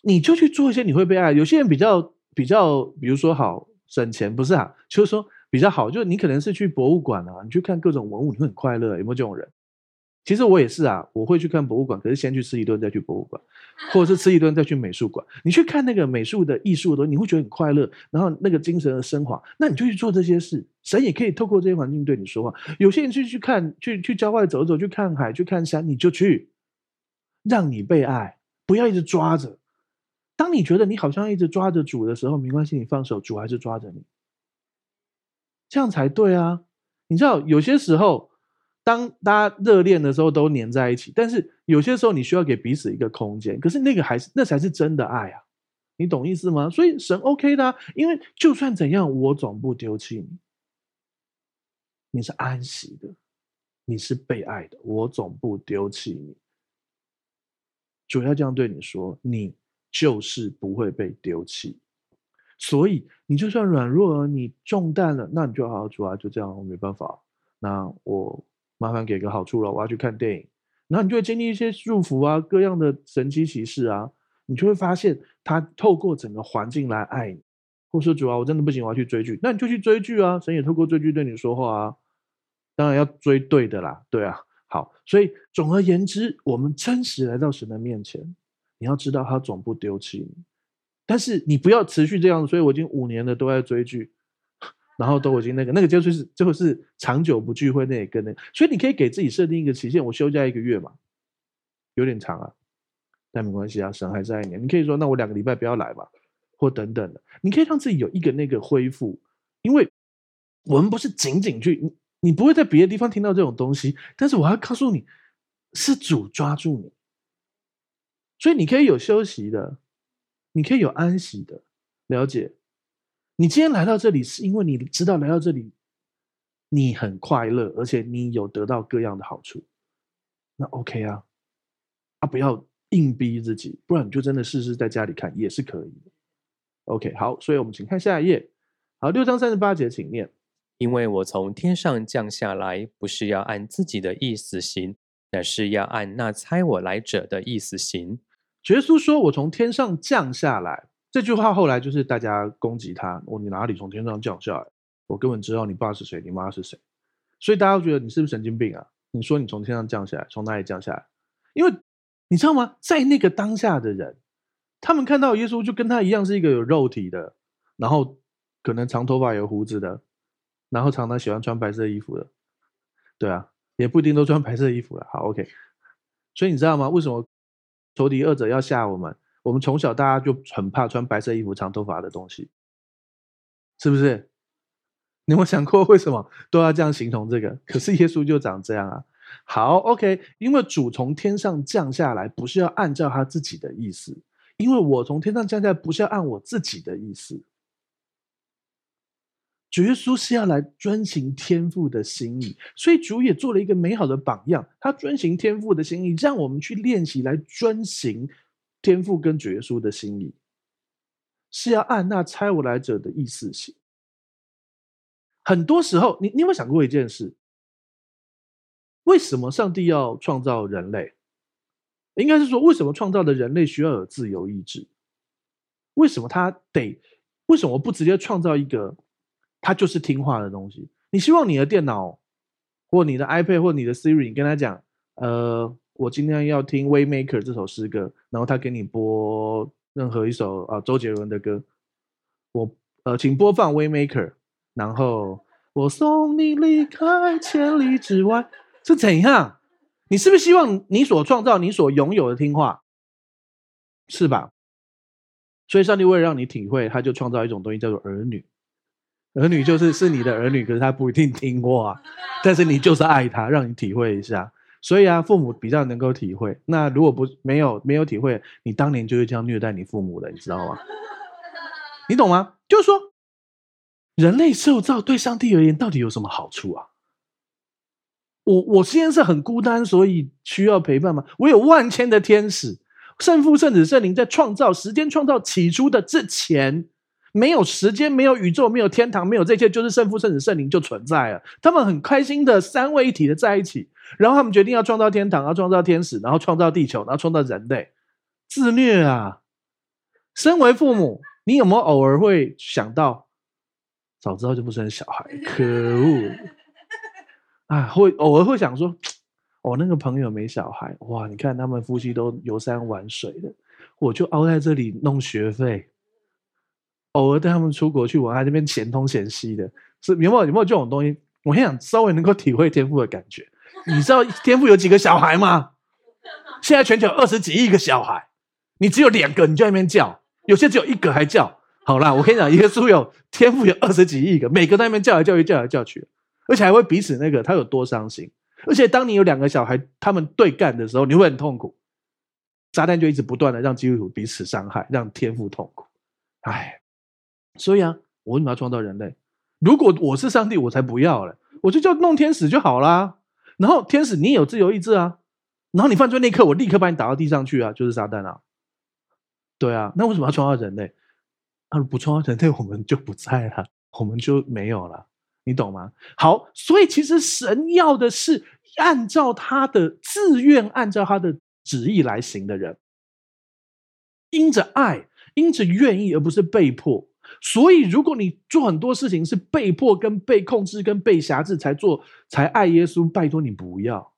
你就去做一些你会被爱。有些人比较，比如说好省钱，不是啊，就是说比较好，就是你可能是去博物馆啊，你去看各种文物，你会很快乐，有没有这种人？其实我也是啊，我会去看博物馆，可是先去吃一顿再去博物馆，或者是吃一顿再去美术馆。你去看那个美术的艺术的东西，你会觉得很快乐，然后那个精神的升华，那你就去做这些事。神也可以透过这些环境对你说话。有些人去看，去郊外走走，去看海，去看山，你就去，让你被爱，不要一直抓着。当你觉得你好像一直抓着主的时候，没关系，你放手，主还是抓着你，这样才对啊。你知道有些时候，当大家热恋的时候都黏在一起，但是有些时候你需要给彼此一个空间，可是那才是真的爱啊，你懂意思吗？所以神 OK 的啊，因为就算怎样，我总不丢弃你，你是安息的，你是被爱的，我总不丢弃你。主要这样对你说，你就是不会被丢弃。所以你就算软弱了，你中弹了，那你就好好主啊，就这样，我没办法。那我麻烦给个好处了，我要去看电影。然后你就会经历一些祝福啊，各样的神奇奇事啊，你就会发现他透过整个环境来爱你。或说主啊，我真的不行，我要去追剧，那你就去追剧啊，神也透过追剧对你说话啊。当然要追对的啦，对啊。好，所以总而言之，我们真实来到神的面前，你要知道他总不丢弃你。但是你不要持续这样，所以我已经5年了都在追剧，然后都已经那个就是长久不聚会，那也跟那个，所以你可以给自己设定一个期限，我休假1个月嘛，有点长啊，但没关系啊，神还是爱你。你可以说那我2个礼拜不要来吧，或等等的，你可以让自己有一个那个恢复，因为我们不是仅仅去，你不会在别的地方听到这种东西，但是我要告诉你，是主抓住你，所以你可以有休息的，你可以有安息的，了解。你今天来到这里，是因为你知道来到这里，你很快乐，而且你有得到各样的好处，那 OK 啊，不要硬逼自己，不然你就真的试试在家里看也是可以的。OK，好，所以我们请看下一页。好，6章38节，请念。
因为我从天上降下来，不是要按自己的意思行，乃是要按那差我来者的意思行。
耶稣说：“我从天上降下来。”这句话后来就是大家攻击他：“你哪里从天上降下来？我根本知道你爸是谁，你妈是谁。”所以大家都觉得你是不是神经病啊？你说你从天上降下来，从哪里降下来？因为你知道吗？在那个当下的人，他们看到耶稣就跟他一样是一个有肉体的，然后可能长头发有胡子的，然后常常喜欢穿白色衣服的。对啊，也不一定都穿白色衣服了。好 ，OK。所以你知道吗？为什么仇敌恶者要吓我们？我们从小大家就很怕穿白色衣服、长头发的东西，是不是？你有没有想过为什么都要这样形容这个？可是耶稣就长这样啊。好 ，OK， 因为主从天上降下来，不是要按照他自己的意思，因为我从天上降下来，不是要按我自己的意思。主耶稣是要来遵行天父的心意，所以主也做了一个美好的榜样，他遵行天父的心意，让我们去练习来遵行天父跟主耶稣的心意，是要按那差我来者的意思行。很多时候，你有没有想过一件事？为什么上帝要创造人类？应该是说，为什么创造的人类需要有自由意志？为什么为什么不直接创造一个它就是听话的东西？你希望你的电脑或你的 iPad 或你的 Siri， 你跟他讲，我今天要听 Waymaker 这首诗歌，然后他给你播任何一首周杰伦的歌，请播放 Waymaker， 然后我送你离开千里之外，是怎样？你是不是希望你所创造、你所拥有的听话？是吧？所以上帝为了让你体会，他就创造一种东西叫做儿女。儿女是你的儿女，可是他不一定听话，但是你就是爱他，让你体会一下。所以父母比较能够体会。那如果没有体会，你当年就是这样虐待你父母的，你知道吗？你懂吗？就是说，人类受造对上帝而言到底有什么好处啊？我现在是很孤单，所以需要陪伴吗？我有万千的天使，圣父、圣子、圣灵在时间创造起初的之前，没有时间，没有宇宙，没有天堂，没有这一切，就是圣父、圣子、圣灵就存在了。他们很开心的三位一体的在一起，然后他们决定要创造天堂，要创造天使，然后创造地球，然后创造人类，自虐啊！ 身为父母，你有没有偶尔会想到，早知道就不生小孩，可恶啊！会偶尔会想说，那个朋友没小孩，哇，你看他们夫妻都游山玩水的，我就熬在这里弄学费，偶尔带他们出国去玩，还这边嫌东嫌西的，是有没有这种东西？我很想稍微能够体会天父的感觉。你知道天父有几个小孩吗？现在全球20几亿个小孩，你只有2个，你就在那边叫，有些只有1个还叫。好啦，我跟你讲，耶稣天父有20几亿个，每个在那边叫来叫去，叫来叫去，而且还会彼此那个，他有多伤心。而且当你有2个小孩，他们对干的时候，你会很痛苦。撒旦就一直不断的让基督徒彼此伤害，让天父痛苦。哎，所以啊，我为什么要创造人类？如果我是上帝，我才不要了，我就叫弄天使就好啦。然后天使你也有自由意志啊，然后你犯罪那一刻，我立刻把你打到地上去啊，就是撒旦啊。对啊，那为什么要创造人类？不创造人类，我们就不在了，我们就没有了，你懂吗？好，所以其实神要的是按照他的自愿，按照他的旨意来行的人，因着爱，因着愿意，而不是被迫。所以如果你做很多事情是被迫跟被控制跟被辖制才做，才爱耶稣，拜托你不要。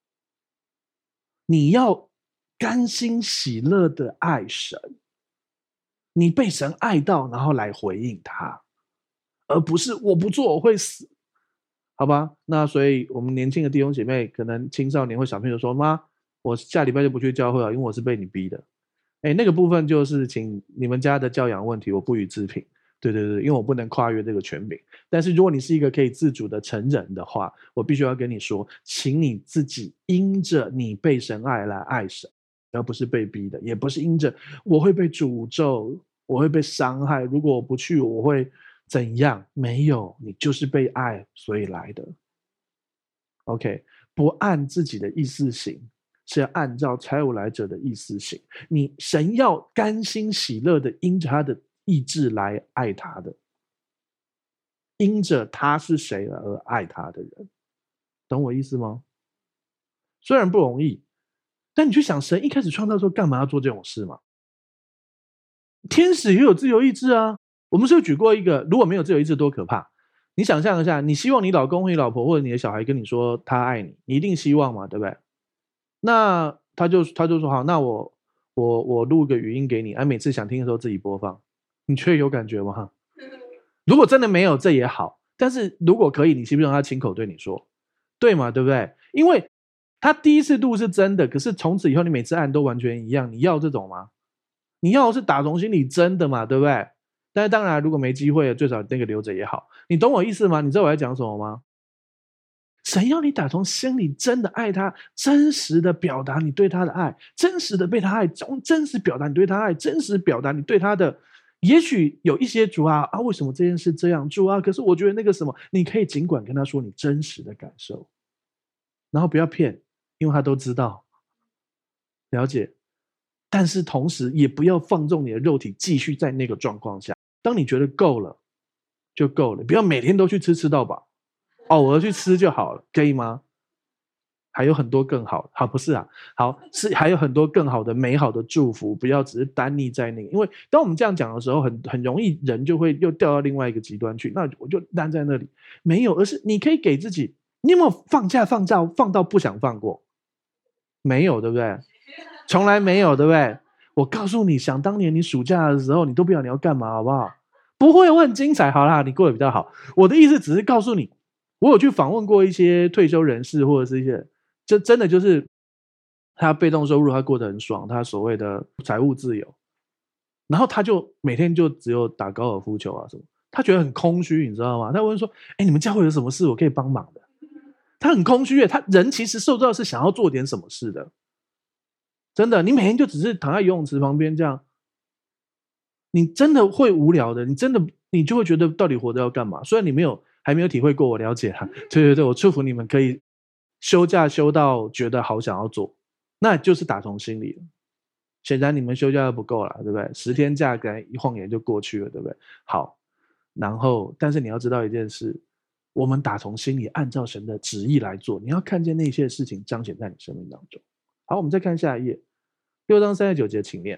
你要甘心喜乐的爱神，你被神爱到，然后来回应他，而不是我不做我会死，好吧？那所以我们年轻的弟兄姐妹，可能青少年或小朋友说，妈，我下礼拜就不去教会了，因为我是被你逼的。那个部分就是请你们家的教养问题，我不予置评。对，因为我不能跨越这个权柄。但是如果你是一个可以自主的成人的话，我必须要跟你说，请你自己因着你被神爱来爱神，而不是被逼的，也不是因着我会被诅咒，我会被伤害，如果我不去我会怎样？没有，你就是被爱所以来的。OK， 不按自己的意思行，是要按照差我来者的意思行。你神要甘心喜乐的因着他的意志来爱他的，因着他是谁而爱他的人，懂我意思吗？虽然不容易，但你去想，神一开始创造的时候干嘛要做这种事吗？天使也有自由意志啊。我们是有举过一个，如果没有自由意志多可怕。你想象一下，你希望你老公或你老婆或者你的小孩跟你说他爱你，你一定希望嘛，对不对？那他就说好，那我录个语音给你，每次想听的时候自己播放，你觉得有感觉吗？如果真的没有，这也好，但是如果可以，你希不希望他亲口对你说，对嘛，对不对？因为他第一次录是真的，可是从此以后你每次按都完全一样，你要这种吗？你要的是打从心里真的嘛，对不对？但是当然，如果没机会，最少那个留着也好。你懂我意思吗？你知道我在讲什么吗？神要你打从心里真的爱他，真实的表达你对他的爱，真实的被他爱，真实表达你对他爱，真实表达你对他的。也许有一些主啊，为什么这件事这样主啊？可是我觉得那个什么，你可以尽管跟他说你真实的感受，然后不要骗，因为他都知道，了解。但是同时也不要放纵你的肉体，继续在那个状况下。当你觉得够了，就够了，不要每天都去吃到饱，偶尔去吃就好了，可以吗？还有很多更好的，好，不是啊，好，是还有很多更好的美好的祝福，不要只是单立在那个。因为当我们这样讲的时候，很容易人就会又掉到另外一个极端去，那我就烂在那里。没有，而是你可以给自己，你有没有放假放到不想放过？没有，对不对？从来没有，对不对？我告诉你，想当年你暑假的时候，你都不知道你要干嘛，好不好？不会，我很精彩。好啦，你过得比较好。我的意思只是告诉你，我有去访问过一些退休人士，或者是一些，就真的就是他被动收入，他过得很爽，他所谓的财务自由，然后他就每天就只有打高尔夫球啊什么，他觉得很空虚，你知道吗？他问说：“你们教会有什么事我可以帮忙的？”他很空虚耶，他人其实受到的是想要做点什么事的。真的，你每天就只是躺在游泳池旁边这样，你真的会无聊的。你就会觉得到底活着要干嘛？虽然你还没有体会过，我了解啦。对，我祝福你们可以休假休到觉得好想要做，那就是打从心里了。显然你们休假又不够了，对不对？10天假可能一晃眼就过去了，对不对？好，然后但是你要知道一件事，我们打从心里按照神的旨意来做，你要看见那些事情彰显在你生命当中。好，我们再看下一页，6章39节，请念。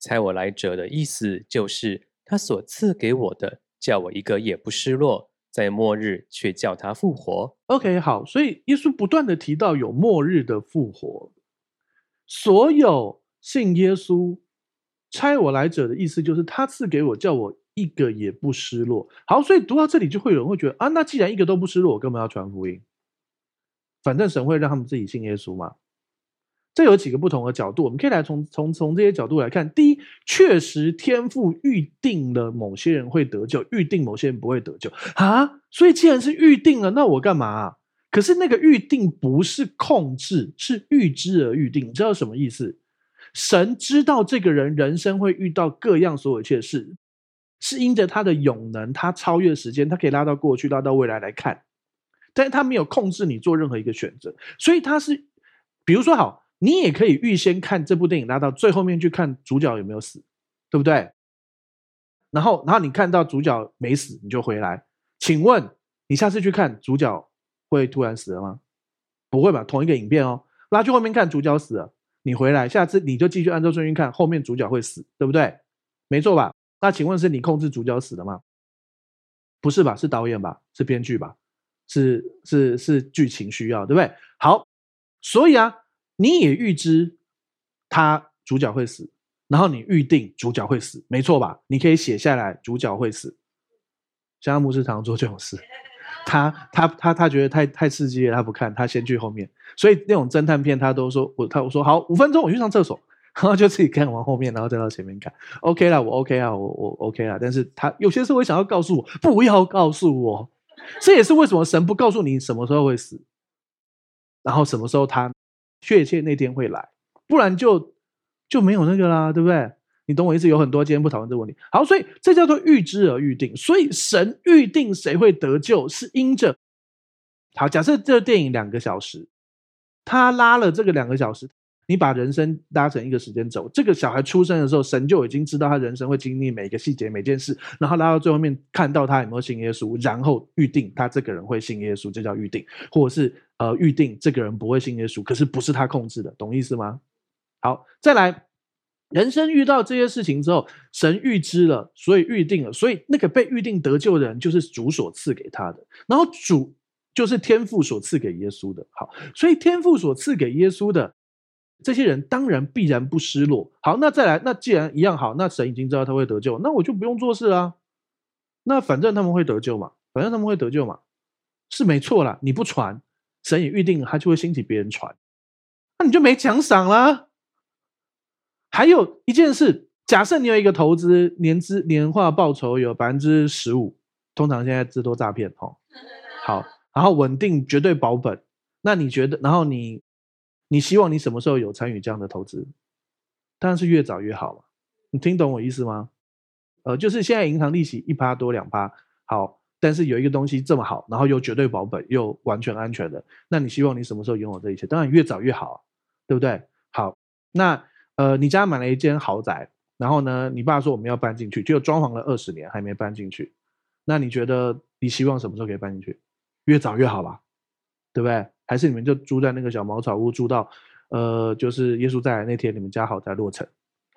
差我来者的意思就是他所赐给我的，叫我一个也不失落，在末日却叫他复活。
OK，好，所以耶稣不断的提到有末日的复活，所有信耶稣差我来者的意思就是他赐给我，叫我一个也不失落。好，所以读到这里就会有人会觉得啊，那既然一个都不失落，我干嘛要传福音？反正神会让他们自己信耶稣嘛。这有几个不同的角度，我们可以来从这些角度来看。第一，确实天父预定了某些人会得救，预定某些人不会得救啊。所以既然是预定了，那我干嘛啊？可是那个预定不是控制，是预知而预定。你知道什么意思？神知道这个人人生会遇到各样所有一切事，是因着他的永能，他超越时间，他可以拉到过去，拉到未来来看。但是他没有控制你做任何一个选择，所以他是，比如说好。你也可以预先看这部电影，拉到最后面去看主角有没有死，对不对？然后你看到主角没死，你就回来。请问你下次去看主角会突然死了吗？不会吧？同一个影片哦，拉去后面看主角死了，你回来下次你就继续按照顺序看，后面主角会死，对不对？没错吧？那请问是你控制主角死了吗？不是吧？是导演吧？是编剧吧？是剧情需要，对不对？好，所以啊。你也预知他主角会死，然后你预定主角会死，没错吧？你可以写下来主角会死。像牧师常做这种事，他觉得太刺激了，他不看，他先去后面。所以那种侦探片他都说我说好5分钟我去上厕所，然后就自己看完后面，然后再到前面看。OK 啦，我 OK 啊，我 OK 啦。但是他有些时候会想要告诉我，不要告诉我。这也是为什么神不告诉你什么时候会死，然后什么时候他确切那天会来，不然就没有那个啦，对不对？你懂我意思？有很多今天不讨论这个问题。好，所以这叫做预知而预定。所以神预定谁会得救，是因着好。假设这个电影2个小时，他拉了这个2个小时，你把人生拉成一个时间轴。这个小孩出生的时候，神就已经知道他人生会经历每个细节、每件事，然后拉到最后面看到他有没有信耶稣，然后预定他这个人会信耶稣，这叫预定，或者是预定这个人不会信耶稣，可是不是他控制的，懂意思吗？好，再来，人生遇到这些事情之后，神预知了，所以预定了，所以那个被预定得救的人就是主所赐给他的，然后主就是天父所赐给耶稣的。好，所以天父所赐给耶稣的这些人，当然必然不失落。好，那再来，那既然一样好，那神已经知道他会得救，那我就不用做事啊。那反正他们会得救嘛，是没错啦。你不传，神也预定了，他就会兴起别人传，那你就没奖赏啦。还有一件事，假设你有一个投资，年化报酬有15%，通常现在这都诈骗哦。好，然后稳定绝对保本，那你觉得，然后你希望你什么时候有参与这样的投资？当然是越早越好嘛。你听懂我意思吗？就是现在银行利息1%多2%，好，但是有一个东西这么好，然后又绝对保本又完全安全的，那你希望你什么时候拥有这一切？当然越早越好啊，对不对？好，那你家买了一间豪宅，然后呢，你爸说我们要搬进去，结果装潢了20年还没搬进去，那你觉得你希望什么时候可以搬进去？越早越好吧，对不对？还是你们就住在那个小茅草屋，住到就是耶稣再来那天，你们家豪宅落成？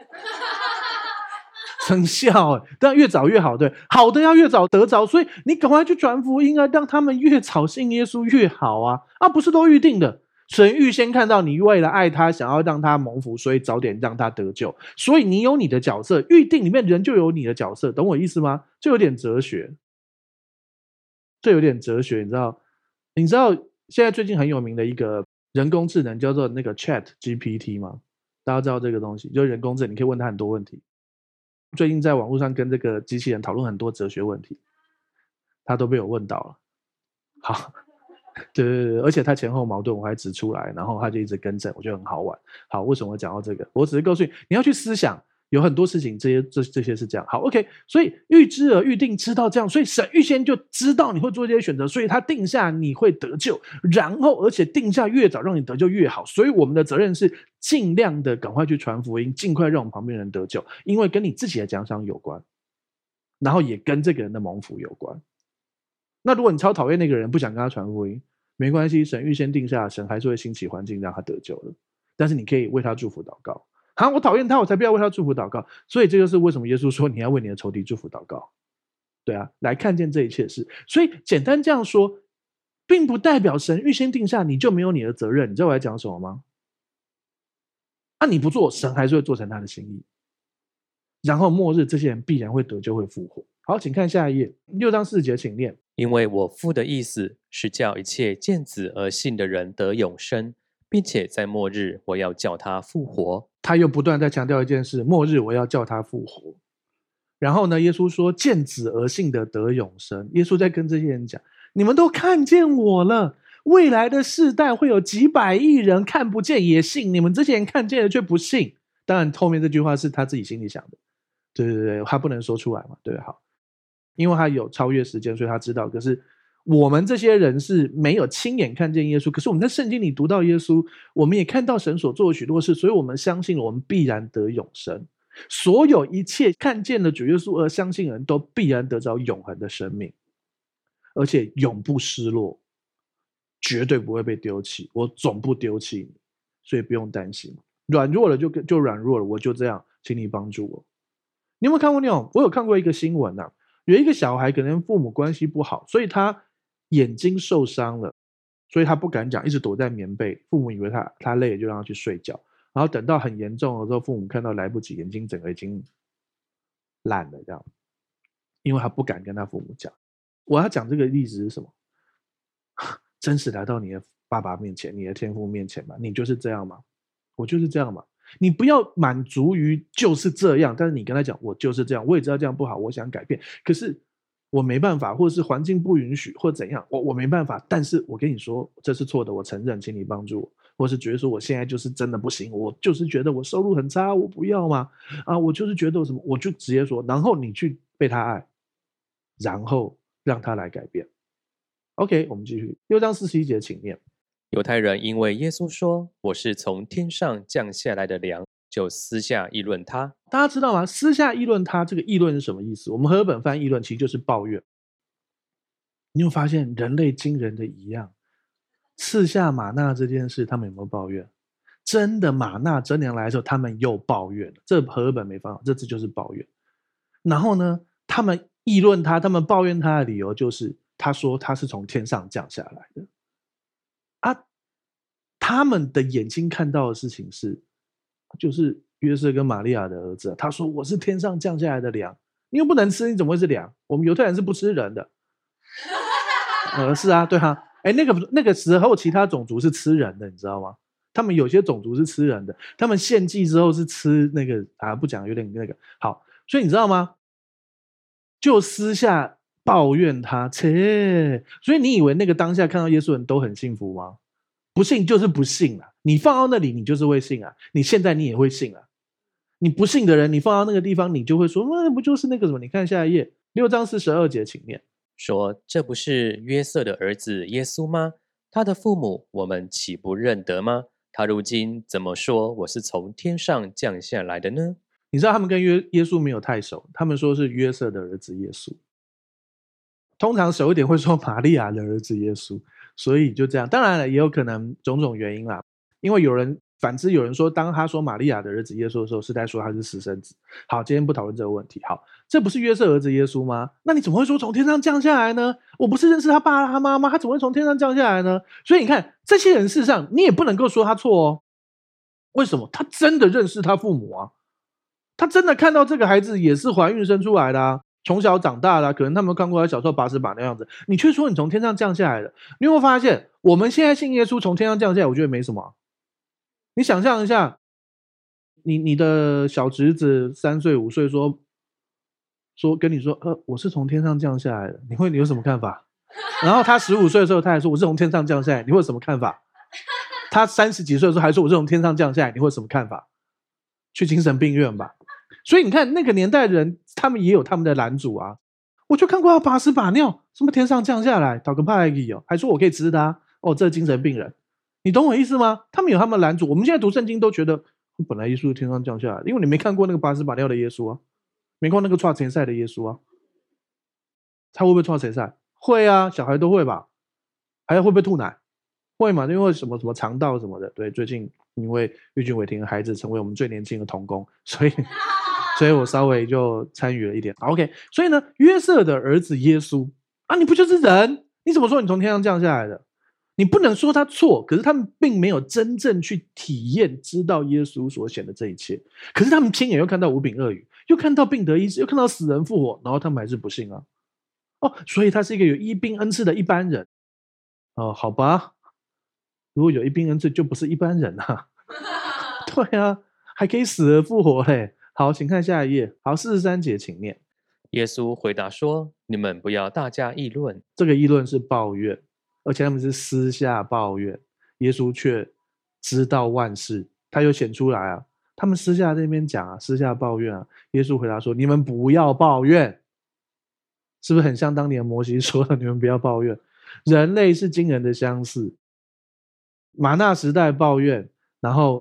生效当然越早越好，对，好的要越早得着，所以你赶快去传福音啊，让他们越早信耶稣越好啊，不是都预定的。神预先看到你为了爱他，想要让他蒙福，所以早点让他得救。所以你有你的角色，预定里面人就有你的角色，懂我意思吗？就有点哲学，你知道现在最近很有名的一个人工智能叫做那个 Chat GPT 吗？大家知道这个东西，就是人工智能，你可以问他很多问题。最近在网络上跟这个机器人讨论很多哲学问题，他都被我问到了。好，对，而且他前后矛盾我还指出来，然后他就一直更正，我觉得很好玩。好，为什么我讲到这个？我只是告诉你，你要去思想，有很多事情这些是这样。好 ，OK， 所以预知而预定，知道这样，所以神预先就知道你会做这些选择，所以他定下你会得救，然后而且定下越早让你得救越好。所以我们的责任是尽量的赶快去传福音，尽快让我们旁边人得救，因为跟你自己的奖赏有关，然后也跟这个人的蒙福有关。那如果你超讨厌那个人，不想跟他传福音，没关系，神预先定下，神还是会兴起环境让他得救的。但是你可以为他祝福祷告， 啊，我讨厌他，我才不要为他祝福祷告。所以这就是为什么耶稣说你要为你的仇敌祝福祷告。对啊，来看见这一切事。所以简单这样说，并不代表神预先定下你就没有你的责任。你知道我在讲什么吗？你不做，神还是会做成他的心意。然后末日这些人必然会得救，会复活。好，请看下一页，6章4节，请念。
因为我父的意思是叫一切见子而信的人得永生，并且在末日我要叫他复活。
他又不断在强调一件事，末日我要叫他复活。然后呢，耶稣说见子而信的得永生。耶稣在跟这些人讲，你们都看见我了，未来的世代会有几百亿人看不见也信，你们这些人看见了却不信。当然后面这句话是他自己心里想的，对对对，他不能说出来嘛，对，好，因为他有超越时间，所以他知道。可是我们这些人是没有亲眼看见耶稣，可是我们在圣经里读到耶稣，我们也看到神所做的许多事，所以我们相信我们必然得永生。所有一切看见了主耶稣而相信的人都必然得着永恒的生命，而且永不失落，绝对不会被丢弃，我总不丢弃你，所以不用担心。软弱了就软弱了，我就这样，请你帮助我。你有没有看过那种？我有看过一个新闻啊，有一个小孩可能父母关系不好，所以他眼睛受伤了，所以他不敢讲，一直躲在棉被，父母以为他累了就让他去睡觉。然后等到很严重的时候，父母看到来不及，眼睛整个已经烂了，这样，因为他不敢跟他父母讲。我要讲这个例子是什么？真实来到你的爸爸面前，你的天父面前嘛，你就是这样吗？我就是这样嘛。你不要满足于就是这样，但是你跟他讲我就是这样，我也知道这样不好，我想改变，可是我没办法，或者是环境不允许，或怎样，我没办法。但是我跟你说这是错的，我承认，请你帮助我。或是觉得说我现在就是真的不行，我就是觉得我收入很差，我不要嘛，我就是觉得什么，我就直接说，然后你去被他爱，然后让他来改变。OK， 我们继续6章41节，请念。
犹太人因为耶稣说我是从天上降下来的粮，就私下议论他。
大家知道吗？私下议论他，这个议论是什么意思？我们和合本翻议论其实就是抱怨。你有发现人类惊人的一样，赐下玛纳这件事，他们有没有抱怨？真的玛纳真粮来的时候，他们又抱怨了。这和合本没放好，这字就是抱怨。然后呢，他们议论他，他们抱怨他的理由就是他说他是从天上降下来的。他们的眼睛看到的事情是，就是约瑟跟玛利亚的儿子，他说我是天上降下来的粮，你又不能吃，你怎么会是粮？我们犹太人是不吃人的。是啊，对啊，那个时候其他种族是吃人的，你知道吗？他们有些种族是吃人的，他们献祭之后是吃那个不讲有点那个好，所以你知道吗？就私下抱怨他，切，所以你以为那个当下看到耶稣人都很幸福吗？不信就是不信啊，你放到那里你就是会信啊，你现在你也会信啊。你不信的人，你放到那个地方你就会说，那不就是那个什么？你看下一页6章42节，请念。
说这不是约瑟的儿子耶稣吗？他的父母我们岂不认得吗？他如今怎么说我是从天上降下来的呢？
你知道他们跟耶稣没有太熟，他们说是约瑟的儿子耶稣，通常熟一点会说玛利亚的儿子耶稣，所以就这样。当然了，也有可能种种原因啦，因为反之有人说，当他说玛利亚的儿子耶稣的时候，是在说他是私生子。好，今天不讨论这个问题。好，这不是约瑟儿子耶稣吗？那你怎么会说从天上降下来呢？我不是认识他爸他妈吗？他怎么会从天上降下来呢？所以你看，这些人事实上你也不能够说他错哦。为什么？他真的认识他父母啊，他真的看到这个孩子也是怀孕生出来的啊，从小长大的可能他们看过他小时候把屎把那样子，你却说你从天上降下来的。你有没有发现，我们现在信耶稣从天上降下来，我觉得没什么。你想象一下，你的小侄子3岁5岁说跟你说，我是从天上降下来的，你有什么看法？然后他15岁的时候，他还说我是从天上降下来，你会有什么看法？他30几岁的时候还说我是从天上降下来，你会有什么看法？去精神病院吧。所以你看那个年代的人，他们也有他们的拦阻啊。我就看过他把屎把尿，什么天上降下来，讨个派哦，还说我可以吃他，这精神病人。你懂我意思吗？他们有他们的拦阻。我们现在读圣经都觉得，本来耶稣是天上降下来的，因为你没看过那个把屎把尿的耶稣啊，没看过那个串前赛的耶稣啊。他会不会串前赛？会啊，小孩都会吧。还有会不会吐奶？会嘛，因为什么肠道什么的。对，最近因为玉君伟霆的孩子成为我们最年轻的童工，所以我稍微就参与了一点。OK， 所以呢，约瑟的儿子耶稣啊，你不就是人？你怎么说你从天上降下来的？你不能说他错，可是他们并没有真正去体验、知道耶稣所显的这一切。可是他们亲眼又看到五饼二鱼，又看到病得医治，又看到死人复活，然后他们还是不信啊。所以他是一个有医病恩赐的一般人。好吧，如果有医病恩赐，就不是一般人啊。对啊，还可以死而复活嘞。好，请看下一页。好，43节，请念。
耶稣回答说：“你们不要大家议论。”
这个议论是抱怨，而且他们是私下抱怨，耶稣却知道万事，他又显出来啊。他们私下在那边讲啊，私下抱怨啊。耶稣回答说：“你们不要抱怨。”是不是很像当年摩西说的？你们不要抱怨。人类是惊人的相似。玛纳时代抱怨，然后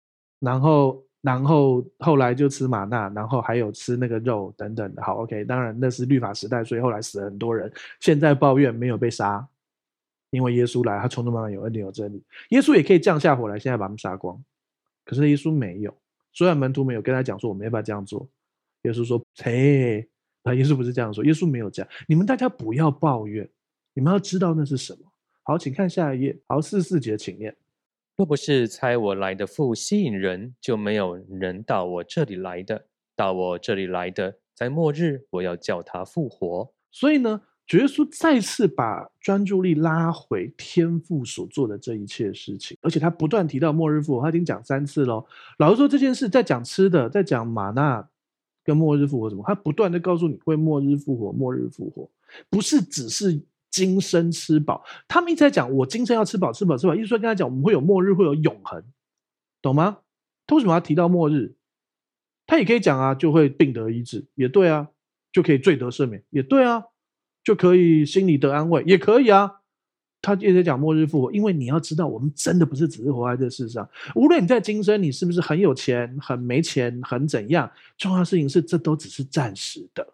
后来就吃玛纳，然后还有吃那个肉等等的。好 ，OK， 当然那是律法时代，所以后来死了很多人。现在抱怨没有被杀，因为耶稣来，他充充满满有恩典有真理。耶稣也可以降下火来，现在把他们杀光。可是耶稣没有，虽然门徒没有跟他讲说我们要不要这样做，耶稣说：“嘿，耶稣不是这样说，耶稣没有讲，你们大家不要抱怨，你们要知道那是什么。”好，请看下一页。好，44节，请念。
若不是差我来的父吸引人，就没有人到我这里来的。到我这里来的，在末日我要叫他复活。
所以呢，主耶稣再次把专注力拉回天父所做的这一切事情，而且他不断提到末日复活，他已经讲3次了。老实说，这件事在讲吃的，在讲玛纳跟末日复活什么，他不断的告诉你会末日复活，末日复活，不是只是今生吃饱。他们一直在讲我今生要吃饱吃饱吃饱，意思说跟他讲我们会有末日，会有永恒，懂吗？他为什么要提到末日？他也可以讲啊，就会病得医治，也对啊，就可以罪得赦免，也对啊，就可以心里得安慰，也可以啊。他也在讲末日复活，因为你要知道，我们真的不是只是活在这世上。无论你在今生你是不是很有钱、很没钱、很怎样，重要的事情是这都只是暂时的，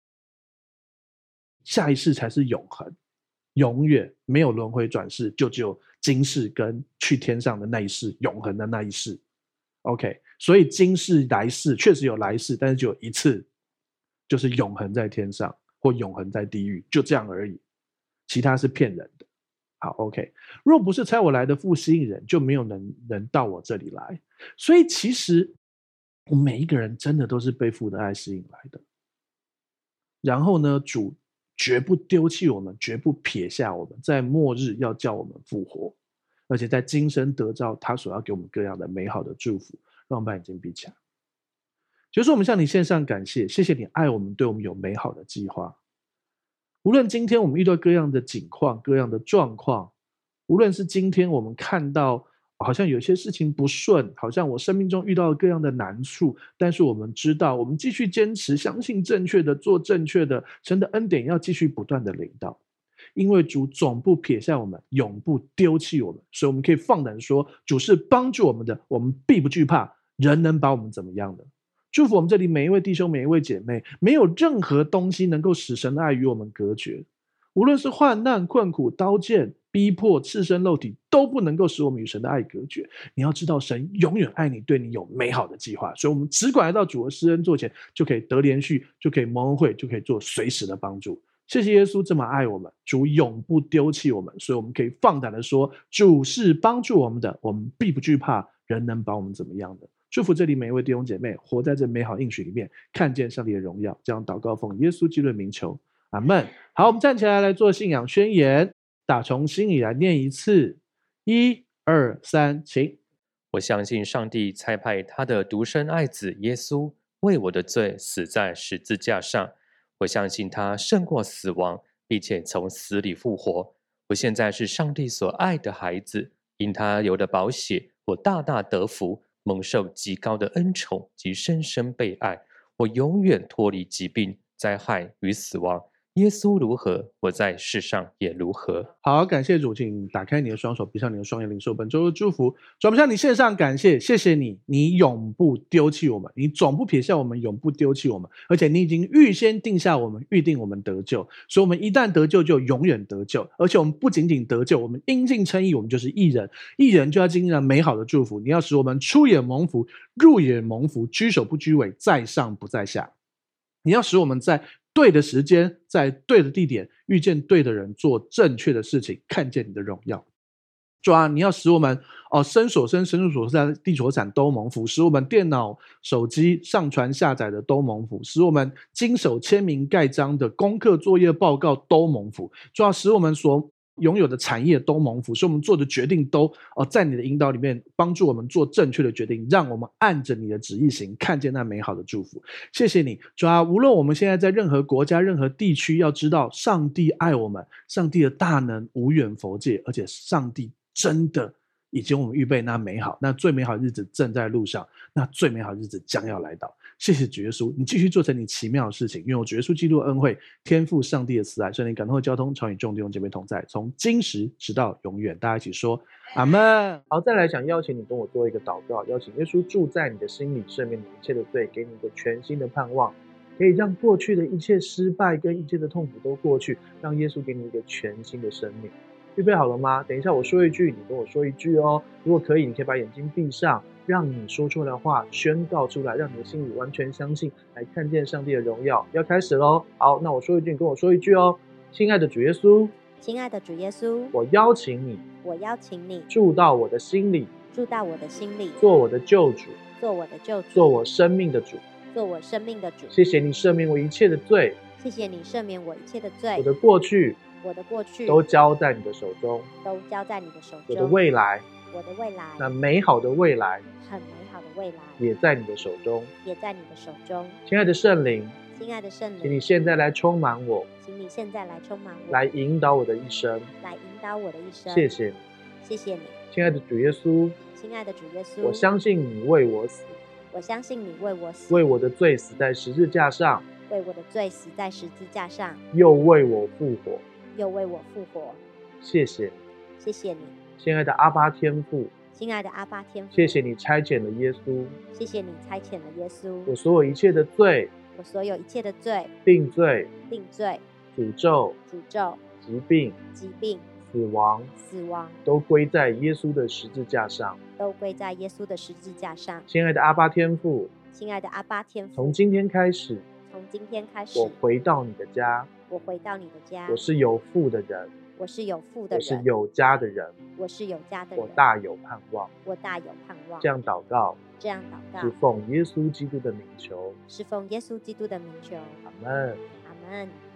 下一世才是永恒，永远没有轮回转世，就只有今世跟去天上的那一世，永恒的那一世。OK， 所以今世来世确实有来世，但是只有一次，就是永恒在天上或永恒在地狱，就这样而已，其他是骗人的。好 ，OK， 若不是差我来的父吸引人，就没有人到我这里来。所以其实我们每一个人真的都是被父的爱吸引来的。然后呢，主绝不丢弃我们，绝不撇下我们，在末日要叫我们复活，而且在今生得到他所要给我们各样的美好的祝福。让我们把眼睛闭起来。就是我们向你献上感谢，谢谢你爱我们，对我们有美好的计划。无论今天我们遇到各样的境况、各样的状况，无论是今天我们看到好像有些事情不顺，好像我生命中遇到各样的难处，但是我们知道，我们继续坚持，相信正确的，做正确的，神的恩典要继续不断的领导。因为主总不撇下我们，永不丢弃我们，所以我们可以放胆说，主是帮助我们的，我们必不惧怕，人能把我们怎么样呢？祝福我们这里每一位弟兄每一位姐妹，没有任何东西能够使神的爱与我们隔绝，无论是患难困苦刀剑逼迫赤身肉体，都不能够使我们与神的爱隔绝。你要知道神永远爱你，对你有美好的计划，所以我们只管来到主的施恩座前，就可以得连续，就可以蒙恩惠，就可以做随时的帮助。谢谢耶稣这么爱我们，主永不丢弃我们，所以我们可以放胆的说，主是帮助我们的，我们必不惧怕，人能把我们怎么样的。祝福这里每一位弟兄姐妹活在这美好应许里面，看见上帝的荣耀，这样祷告奉耶稣基督的名求，阿们。好，我们站起来来做信仰宣言，打从心里来念一次，1、2、3，请。
我相信上帝差派他的独生爱子耶稣为我的罪死在十字架上，我相信他胜过死亡，并且从死里复活。我现在是上帝所爱的孩子，因他有的宝血，我大大得福，蒙受极高的恩宠及深深被爱。我永远脱离疾病、灾害与死亡， 耶稣如何，我在世上也如何。
好，感谢主，请打开你的双手，闭上你的双眼，领受本周的祝福。主，我们向你献上感谢，谢谢你，你永不丢弃我们，你总不撇下我们，永不丢弃我们，而且你已经预先定下我们，预定我们得救，所以我们一旦得救就永远得救，而且我们不仅仅得救，我们因信称义，我们就是义人，义人就要经历了美好的祝福。你要使我们出也蒙福，入也蒙福，居首不居尾，在上不在下。你要使我们在对的时间，在对的地点，遇见对的人，做正确的事情，看见你的荣耀。主啊，你要使我们身所生、身处所在、地所产都蒙福，使我们电脑、手机上传下载的都蒙福，使我们经手签名盖章的功课、作业、报告都蒙福。主啊，使我们所拥有的产业都蒙福，使我们做的决定都在你的引导里面帮助我们做正确的决定，让我们按着你的旨意行，看见那美好的祝福。谢谢你，主啊，无论我们现在在任何国家、任何地区，要知道上帝爱我们，上帝的大能无远弗届，而且上帝真的已经为我们预备那美好，那最美好的日子正在路上，那最美好的日子将要来到。谢谢主耶稣，你继续做成你奇妙的事情，愿我主耶稣基督的恩惠、天父上帝的慈爱、圣灵感动的交通，常与众弟兄姐妹同在，从今时直到永远。大家一起说阿们。好，再来想邀请你跟我做一个祷告，邀请耶稣住在你的心里，赦免你一切的罪，给你一个全新的盼望，可以让过去的一切失败跟一切的痛苦都过去，让耶稣给你一个全新的生命。预备好了吗？等一下我说一句，你跟我说一句哦。如果可以，你可以把眼睛闭上，让你说出来的话宣告出来，让你的心里完全相信，来看见上帝的荣耀。要开始咯。好，那我说一句，你跟我说一句哦。亲爱的主耶稣，
亲爱的主耶稣，
我邀请你住到我的心里，做我的救主，做我生命的主。谢谢你赦免我一切的罪，我的过去都交在你的手中，我的未来那美好的未来也在你的手中。亲爱的圣灵，请你现在来充满我，来引导我的一生。谢谢你，亲爱的主耶稣，我相信你为我死，为我的罪死在十字架上，又为我复活。谢谢你，亲爱的阿爸天父，谢谢你差遣了耶稣，我所有一切的罪、定罪、诅咒、疾病、死亡都归在耶稣的十字架上。亲爱的阿爸天父，从今天开始，我回到你的家，我是有福的人，我是有家的人，我大有盼望。这样祷告是奉耶稣基督的名求，阿们。